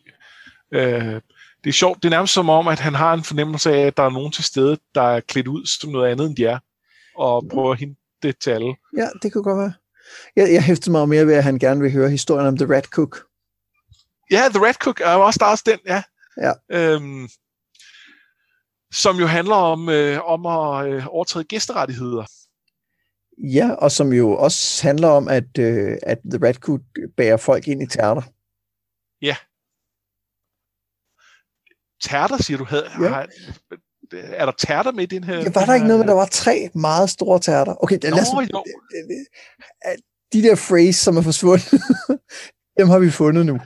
Det er sjovt. Det er nærmest som om, at han har en fornemmelse af, at der er nogen til stede, der er klædt ud som noget andet, end de er, og prøver at hente det til alle. Ja, det kunne godt være. Jeg hæftede mig mere ved, at han gerne vil høre historien om The Rat Cook. Ja, The Rat Cook er også den, ja. Ja. Som jo handler om at overtræde gæsterettigheder. Ja, og som jo også handler om, at The Rat Cook bærer folk ind i tærter. Ja. Tærter, siger du? Ja. Er der tærter med i den her? Ja, var der ikke noget med, der var 3 meget store tærter? Okay, de der phrase, som er forsvundet, dem har vi fundet nu.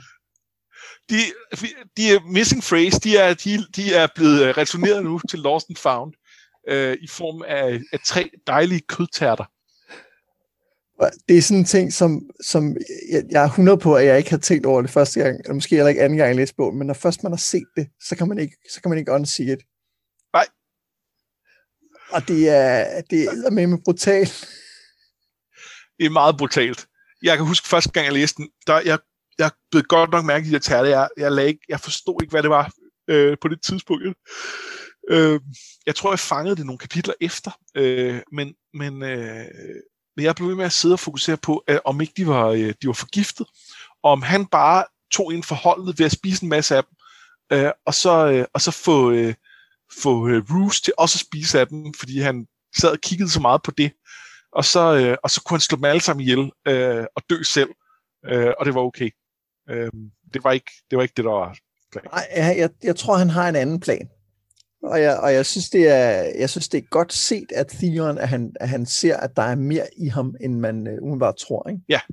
De missing phrase, de er blevet returneret nu til Lost and Found i form af 3 dejlige kødtærter. Det er sådan en ting, som jeg er 100 på, at jeg ikke har tænkt over det første gang, eller måske heller ikke anden gang, jeg læste bogen, men når først man har set det, så kan man ikke unsee it. Nej. Og det er med brutalt. Det er meget brutalt. Jeg kan huske første gang, jeg læste den, jeg blev godt nok mærke i de der tærter. Jeg forstod ikke, hvad det var på det tidspunkt. Jeg tror, jeg fangede det nogle kapitler efter, men jeg blev ved med at sidde og fokusere på, om ikke de var forgiftet, og om han bare tog ind for holdet ved at spise en masse af dem, og så få Roose til også at spise af dem, fordi han sad og kiggede så meget på det, og så kunne han slå dem alle sammen ihjel og dø selv, og det var okay. Det var ikke det, der var plan. Nej, jeg tror, han har en anden plan. Og jeg synes, det er godt set af Theon, at han ser, at der er mere i ham, end man umiddelbart tror, ikke? Ja.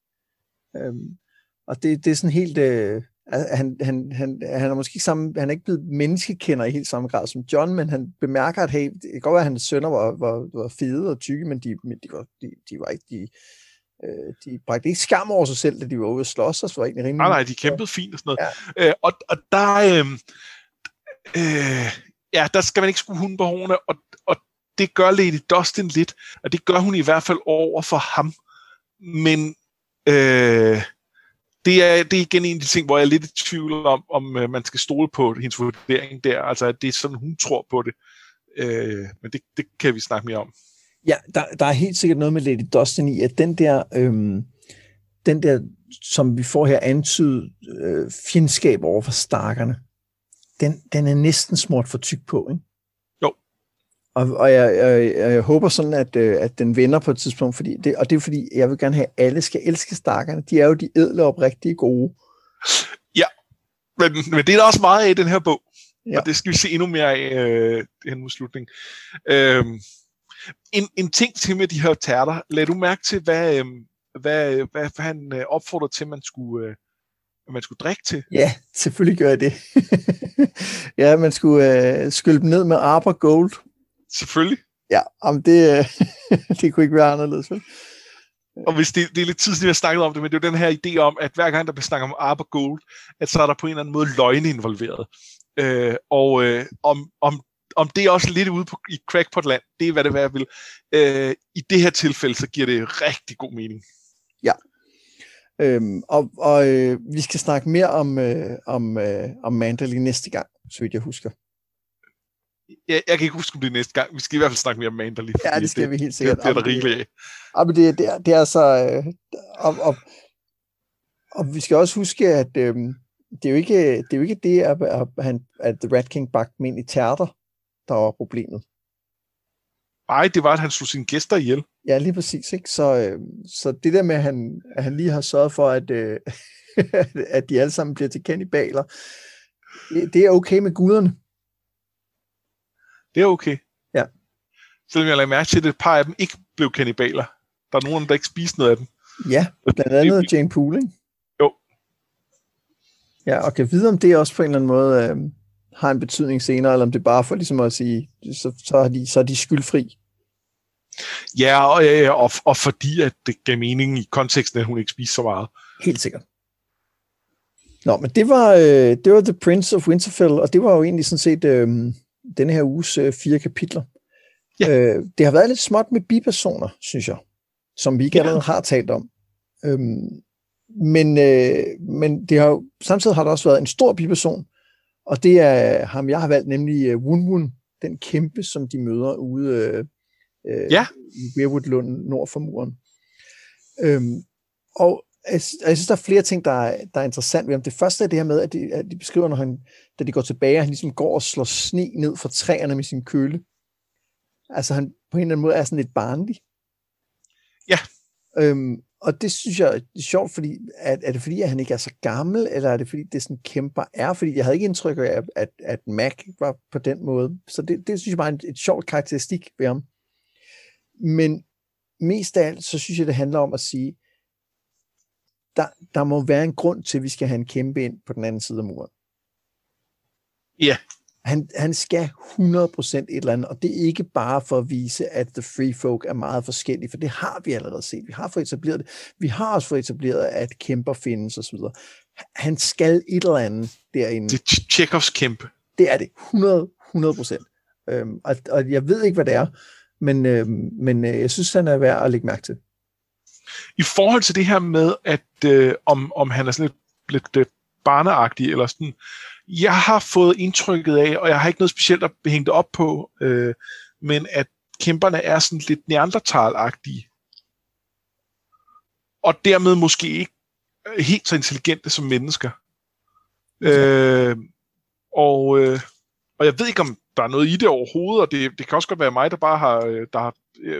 Og det er sådan helt... han er måske ikke sammen, han er ikke blevet menneskekender i helt samme grad som Jon, men han bemærker, at det kan godt være, at hans sønner var fede og tykke, men de var ikke... De bragte ikke skam over sig selv, da de var ude at slås, og så var egentlig rimelig... Nej, de kæmpede fint og sådan noget. Ja. Og der... der skal man ikke skue hunden på hårene, og det gør Lady Dustin lidt, og det gør hun i hvert fald over for ham. Men det er igen en af de ting, hvor jeg er lidt i tvivl om man skal stole på hendes vurdering der, altså at det er sådan, hun tror på det. Men det kan vi snakke mere om. Ja, der er helt sikkert noget med Lady Dustin i, at den der som vi får her antydet fjendskab over for Starkerne, den er næsten smurt for tyk på, ikke? Jo. Og jeg håber sådan, at den vender på et tidspunkt, fordi det er fordi, jeg vil gerne have, at alle skal elske Starkerne. De er jo de ædle og rigtig gode. Ja, men det er der også meget af i den her bog. Ja. Og det skal vi se endnu mere af hen mod slutningen. En ting til med de her tærter. Lad du mærke til, hvad han opfordrede til, man skulle drikke til? Ja, selvfølgelig gør jeg det. Ja, man skulle skylde dem ned med Arbor Gold. Selvfølgelig. Ja, om det, det kunne ikke være anderledes, vel? Og hvis det er lidt tid siden, vi har snakket om det, men det er jo den her idé om, at hver gang der bliver snakket om Arbor Gold, at så er der på en eller anden måde løgne involveret. Om det er også lidt ude i crackpot-land, det er, hvad det jeg vil. I det her tilfælde, så giver det rigtig god mening. Ja. Vi skal snakke mere om Manderly næste gang, så vidt jeg husker. Jeg kan ikke huske, om det er næste gang. Vi skal i hvert fald snakke mere om Manderly. Ja, det skal vi helt sikkert. Det er der rigeligt af. Men det er så... Og vi skal også huske, at det er jo ikke det, at The Rat King bagte dem ind i tærter, der var problemet. Nej, det var, at han slog sine gæster ihjel. Ja, lige præcis. Ikke? Så det der med, at han lige har sørget for, at de alle sammen bliver til kannibaler, det er okay med guderne. Det er okay. Ja. Selvom jeg lagde mærke til, at et par af dem ikke blev kannibaler. Der er nogen, der ikke spiste noget af dem. Ja, blandt andet Jane Poole, ikke? Jo. Ja, og kan vide, om det også på en eller anden måde har en betydning senere, eller om det bare for ligesom at sige, så er de skyldfri. Ja, og fordi at det gav mening i konteksten, at hun ikke spiste så meget. Helt sikkert. Nå, men det var The Prince of Winterfell, og det var jo egentlig sådan set denne her uges 4 kapitler. Ja. Det har været lidt småt med bipersoner, synes jeg, som vi ikke allerede har talt om. Men det har samtidig har der også været en stor biperson, og det er ham, jeg har valgt, nemlig Wun, den kæmpe, som de møder ude i Weirwood-Lund nord for muren. Og jeg synes, der er flere ting, der er interessant ved ham. Det første er det her med, at de beskriver, da de går tilbage, han ligesom går og slår sne ned fra træerne med sin køle. Altså han på en eller anden måde er sådan lidt barnlig. Ja. Og det synes jeg er sjovt, fordi er det fordi, at han ikke er så gammel, eller er det fordi, det sådan kæmper er? Fordi jeg havde ikke indtryk af, at Mac var på den måde. Så det synes jeg bare er et sjovt karakteristik ved ham. Men mest af alt, så synes jeg, det handler om at sige, der må være en grund til, at vi skal have en kæmpe ind på den anden side af muren. Ja. Han skal 100% et eller andet, og det er ikke bare for at vise, at The Free Folk er meget forskellige, for det har vi allerede set. Vi har fået etableret det. Vi har også fået etableret, at kæmper findes osv. Han skal et eller andet derinde. Det er Chekhovs kæmpe. Det er det. 100%. Og jeg ved ikke, hvad det er, men jeg synes, han er værd at lægge mærke til. I forhold til det her med, at om han er sådan lidt barneagtig, eller sådan, jeg har fået indtrykket af, og jeg har ikke noget specielt at hænge det op på, men at kæmperne er sådan lidt neandertal-agtige. Og dermed måske ikke helt så intelligente som mennesker. Og jeg ved ikke, om der er noget i det overhovedet, og det kan også godt være mig, der bare har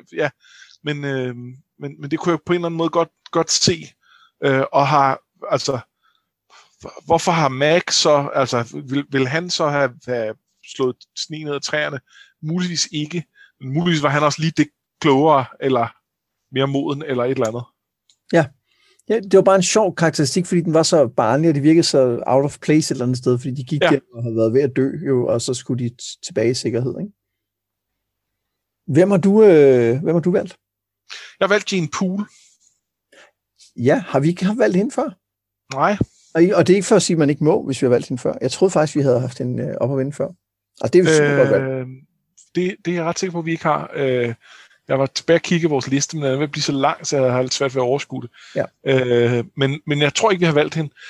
men det kunne jeg på en eller anden måde godt se, og har, altså, hvorfor har Mac så, altså, vil han så have slået sne ned af træerne? Muligvis ikke, men muligvis var han også lige det klogere, eller mere moden, eller et eller andet. Ja, det var bare en sjov karakteristik, fordi den var så barnlig, og det virkede så out of place et eller andet sted, fordi de gik der og havde været ved at dø, jo, og så skulle de tilbage i sikkerhed, ikke? Hvem har du valgt? Jeg har valgt Jane Poole. Ja, har vi ikke valgt hende før? Nej. Og det er ikke for at sige, at man ikke må, hvis vi har valgt hende før. Jeg troede faktisk, vi havde haft hende op at vinde før. Og det er jo super godt valgt. Det er jeg ret sikker på, at vi ikke har. Jeg var tilbage og kigge vores liste, men den vil blive så lang, så jeg har lidt svært ved at overskue det. Ja. Men jeg tror ikke, vi har valgt hende.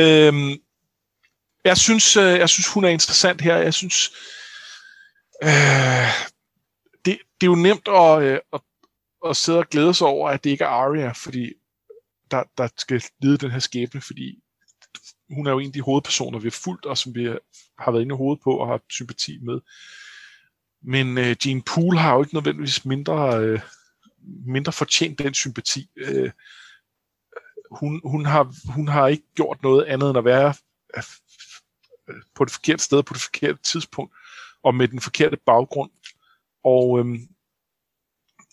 Jeg synes, hun er interessant her. Jeg synes, det er jo nemt at sidde og glæde sig over, at det ikke er Arya, fordi der skal lide den her skæbne, fordi hun er jo en af de hovedpersoner, vi har fulgt, og som vi har været inde i hovedet på og har sympati med. Men Jane Poole har jo ikke nødvendigvis mindre fortjent den sympati. Hun har ikke gjort noget andet end at være på det forkerte sted, på det forkerte tidspunkt, og med den forkerte baggrund. Og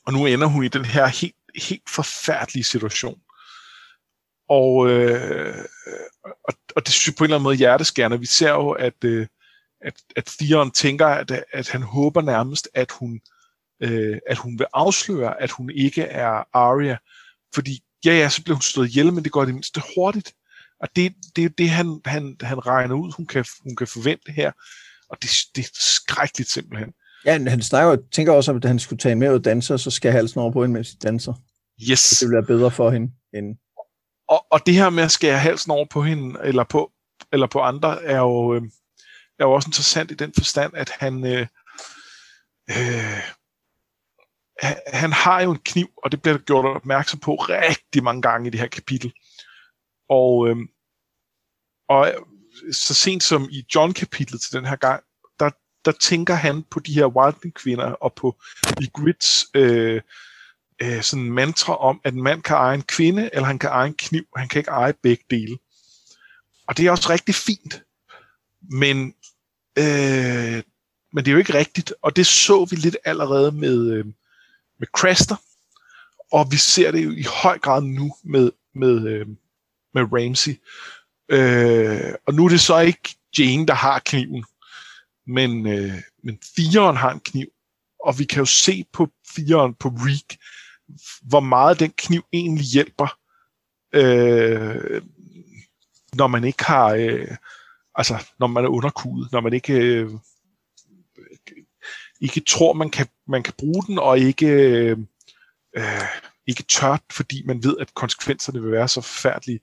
Og nu ender hun i den her helt forfærdelige situation. Og det synes jeg på en eller anden måde hjerteskærende. Vi ser jo, at Theon tænker, at han håber nærmest, at hun vil afsløre, at hun ikke er Arya. Fordi, ja, så bliver hun slået ihjel, men det går det mindste hurtigt. Og det er det, han regner ud, hun kan forvente her. Og det er skrækkeligt simpelthen. Ja, han tænker også, at han skulle tage hende med og danse, og så skal halsen over på hende, mens de danser. Yes. Så det bliver bedre for hende end... Og det her med at skære halsen over på hende, eller på andre, er jo også interessant i den forstand, at han har jo en kniv, og det bliver gjort opmærksom på rigtig mange gange i det her kapitel. Og så sent som i John-kapitlet til den her gang, der tænker han på de her Wildling-kvinder, og på Ygrittes sådan en mantra om, at en mand kan eje en kvinde, eller han kan eje en kniv, han kan ikke eje begge dele. Og det er også rigtig fint. Men det er jo ikke rigtigt, og det så vi lidt allerede med Craster, og vi ser det jo i høj grad nu med Ramsay. Og nu er det så ikke Jane, der har kniven, men Theon har en kniv, og vi kan jo se på Theon på Reek, hvor meget den kniv egentlig hjælper, når man ikke har, når man er underkudet, når man ikke tror, man kan bruge den, og ikke tørt, fordi man ved, at konsekvenserne vil være så forfærdelige.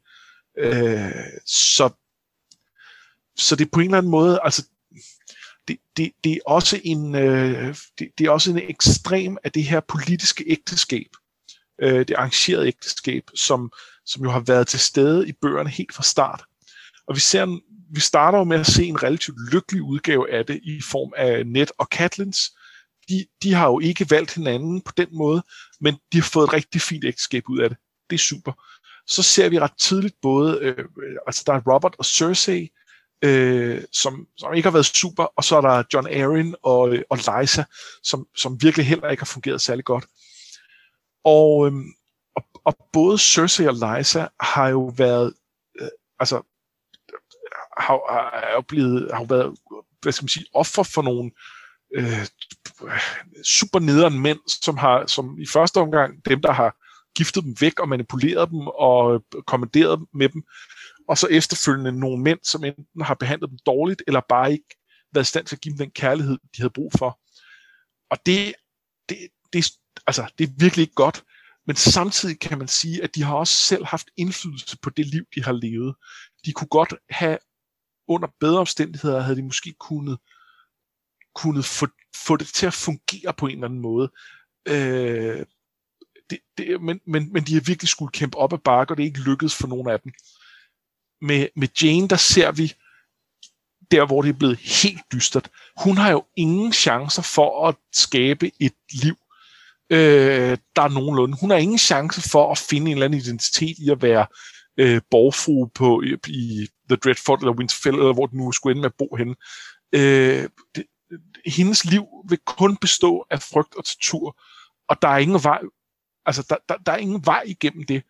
Så det er på en eller anden måde, altså det er også det er også en ekstrem af det her politiske ægteskab, det arrangerede ægteskab, som jo har været til stede i bøgerne helt fra start. Og vi starter jo med at se en relativt lykkelig udgave af det i form af Ned og Catelyn. De har jo ikke valgt hinanden på den måde, men de har fået et rigtig fint ægteskab ud af det. Det er super. Så ser vi ret tidligt både, der er Robert og Cersei, som ikke har været super, og så er der Jon Arryn og Lysa, som virkelig heller ikke har fungeret særlig godt. Og både Cersei og Lysa har jo været, har været, hvad skal man sige, offer for nogle super nederen mænd, som i første omgang dem, der har giftet dem væk og manipuleret dem og kommanderet med dem, og så efterfølgende nogle mænd, som enten har behandlet dem dårligt, eller bare ikke været i stand til at give dem den kærlighed, de havde brug for. Og det er virkelig ikke godt, men samtidig kan man sige, at de har også selv haft indflydelse på det liv, de har levet. De kunne godt have, under bedre omstændigheder, havde de måske kunnet få det til at fungere på en eller anden måde. Men de har virkelig skulle kæmpe op ad bakke, og det er ikke lykkedes for nogen af dem. Med Jane, der ser vi der, hvor det er blevet helt dystert. Hun har jo ingen chancer for at skabe et liv, der er nogenlunde. Hun har ingen chance for at finde en eller anden identitet i at være borgfrue i The Dreadfort eller Winterfell, eller hvor den nu skulle ende med at bo henne. Hendes liv vil kun bestå af frygt og tortur, og der er ingen vej, der er ingen vej igennem det.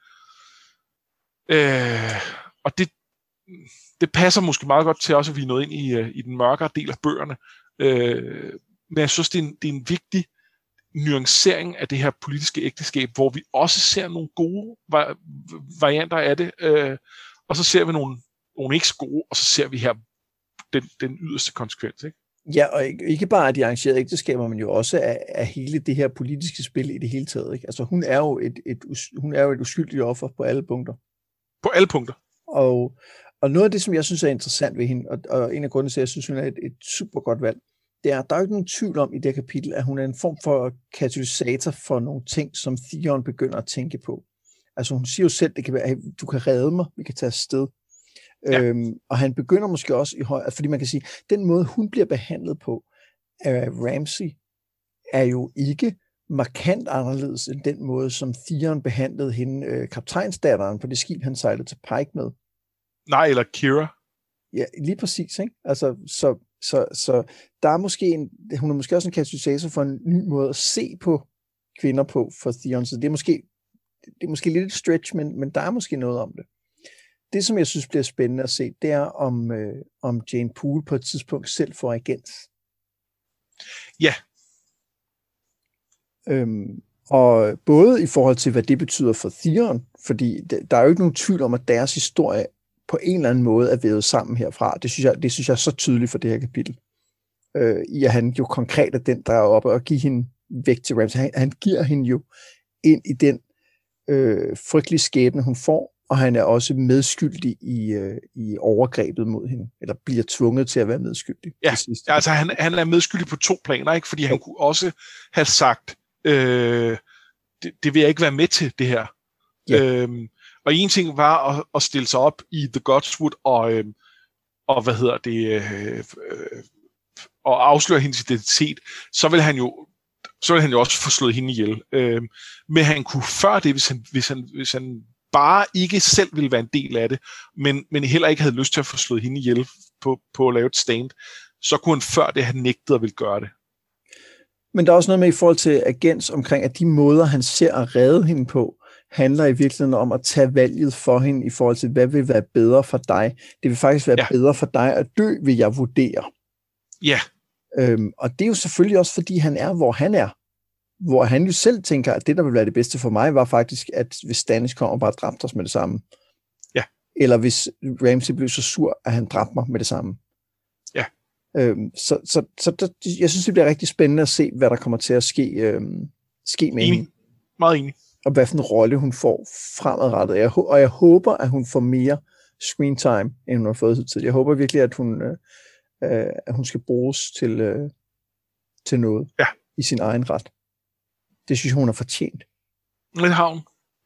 Og det passer måske meget godt til også, at vi er nået ind i den mørkere del af bøgerne. Men jeg synes, det er en vigtig nuancering af det her politiske ægteskab, hvor vi også ser nogle gode varianter af det, og så ser vi nogle ikke så gode, og så ser vi her den yderste konsekvens, ikke? Ja, og ikke bare af de arrangerede ægteskaber, men jo også af hele det her politiske spil i det hele taget, ikke? Altså hun er jo et uskyldigt offer på alle punkter. På alle punkter. Og noget af det, som jeg synes er interessant ved hende, og en af grundene til, at jeg synes, hun er et super godt valg, det er, der er jo ikke nogen tvivl om i det her kapitel, at hun er en form for katalysator for nogle ting, som Theon begynder at tænke på. Altså hun siger jo selv, det kan være, du kan redde mig, vi kan tage afsted. Ja. Og han begynder måske også i højere, fordi man kan sige, den måde, hun bliver behandlet på af Ramsay, er jo ikke markant anderledes end den måde, som Theon behandlede hende, kaptajnsdatteren på det skib, han sejlede til Pike med. Nej, eller Kira. Ja, lige præcis, ikke? Altså, så der er måske hun er måske også en katalysator for en ny måde at se på kvinder på for Theon, så det er måske lidt et stretch, men der er måske noget om det. Det, som jeg synes bliver spændende at se, det er, om Jane Poole på et tidspunkt selv får agens. Ja. Og både i forhold til, hvad det betyder for Theon, fordi der er jo ikke nogen tvivl om, at deres historie på en eller anden måde er vævet sammen herfra. Det synes jeg er så tydeligt for det her kapitel. I at han jo konkret er den, der er oppe og giver hende væk til Ramsay. Han giver hende jo ind i den frygtelige skæbne, hun får, og han er også medskyldig i overgrebet mod hende, eller bliver tvunget til at være medskyldig. Ja, altså han er medskyldig på 2 planer, ikke? Fordi han kunne også have sagt, det vil jeg ikke være med til, det her. Ja. Og en ting var at stille sig op i The Godswood og hvad hedder det, og afsløre hendes identitet, så vil han jo også få slået hende ihjel. Men han kunne før det, hvis han bare ikke selv ville være en del af det, men heller ikke havde lyst til at få slået hende ihjel på at lave et stand, så kunne han før det have nægtet at ville gøre det. Men der er også noget med i forhold til agens omkring, at de måder, han ser at redde hende på, handler i virkeligheden om at tage valget for hende i forhold til, hvad vil være bedre for dig. Det vil faktisk være bedre for dig at dø, vil jeg vurdere. Ja. Og det er jo selvfølgelig også, fordi han er, hvor han er. Hvor han jo selv tænker, at det, der vil være det bedste for mig, var faktisk, at hvis Stannis kom og bare dræbte os med det samme. Ja. Eller hvis Ramsay blev så sur, at han dræbte mig med det samme. Ja. Så jeg synes, det bliver rigtig spændende at se, hvad der kommer til at ske med hende. Meget enig. Og hvad for en rolle hun får fremadrettet. Og jeg håber, at hun får mere screen time, end hun har fået hidtil. Jeg håber virkelig, at hun skal bruges til noget i sin egen ret. Det synes jeg, hun har fortjent. Det har hun.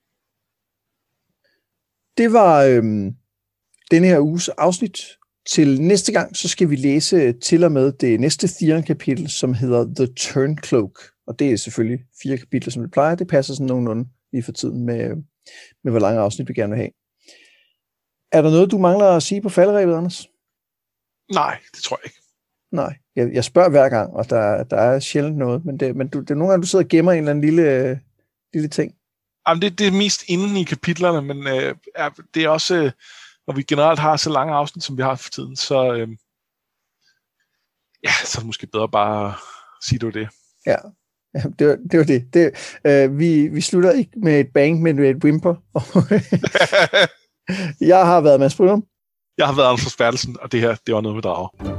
Det var denne her uges afsnit. Til næste gang, så skal vi læse til og med det næste Theon-kapitel, som hedder The Turncloak. Og det er selvfølgelig 4 kapitler, som det plejer. Det passer sådan nogenlunde lige for tiden med hvor lange afsnit vi gerne vil have. Er der noget, du mangler at sige på falderebet, Anders? Nej, det tror jeg ikke. Nej, jeg spørger hver gang, og der er sjældent noget, men det er nogle gange, du sidder og gemmer en eller anden lille ting. Jamen, det er mest inden i kapitlerne, men det er også, når vi generelt har så lange afsnit, som vi har for tiden, så så er det måske bedre bare at sige, det. Ja, det var det. Vi slutter ikke med et bang, men med et whimper. Jeg har været Mads Brynum. Jeg har været Anders Bertelsen, og det her, det var noget med drager.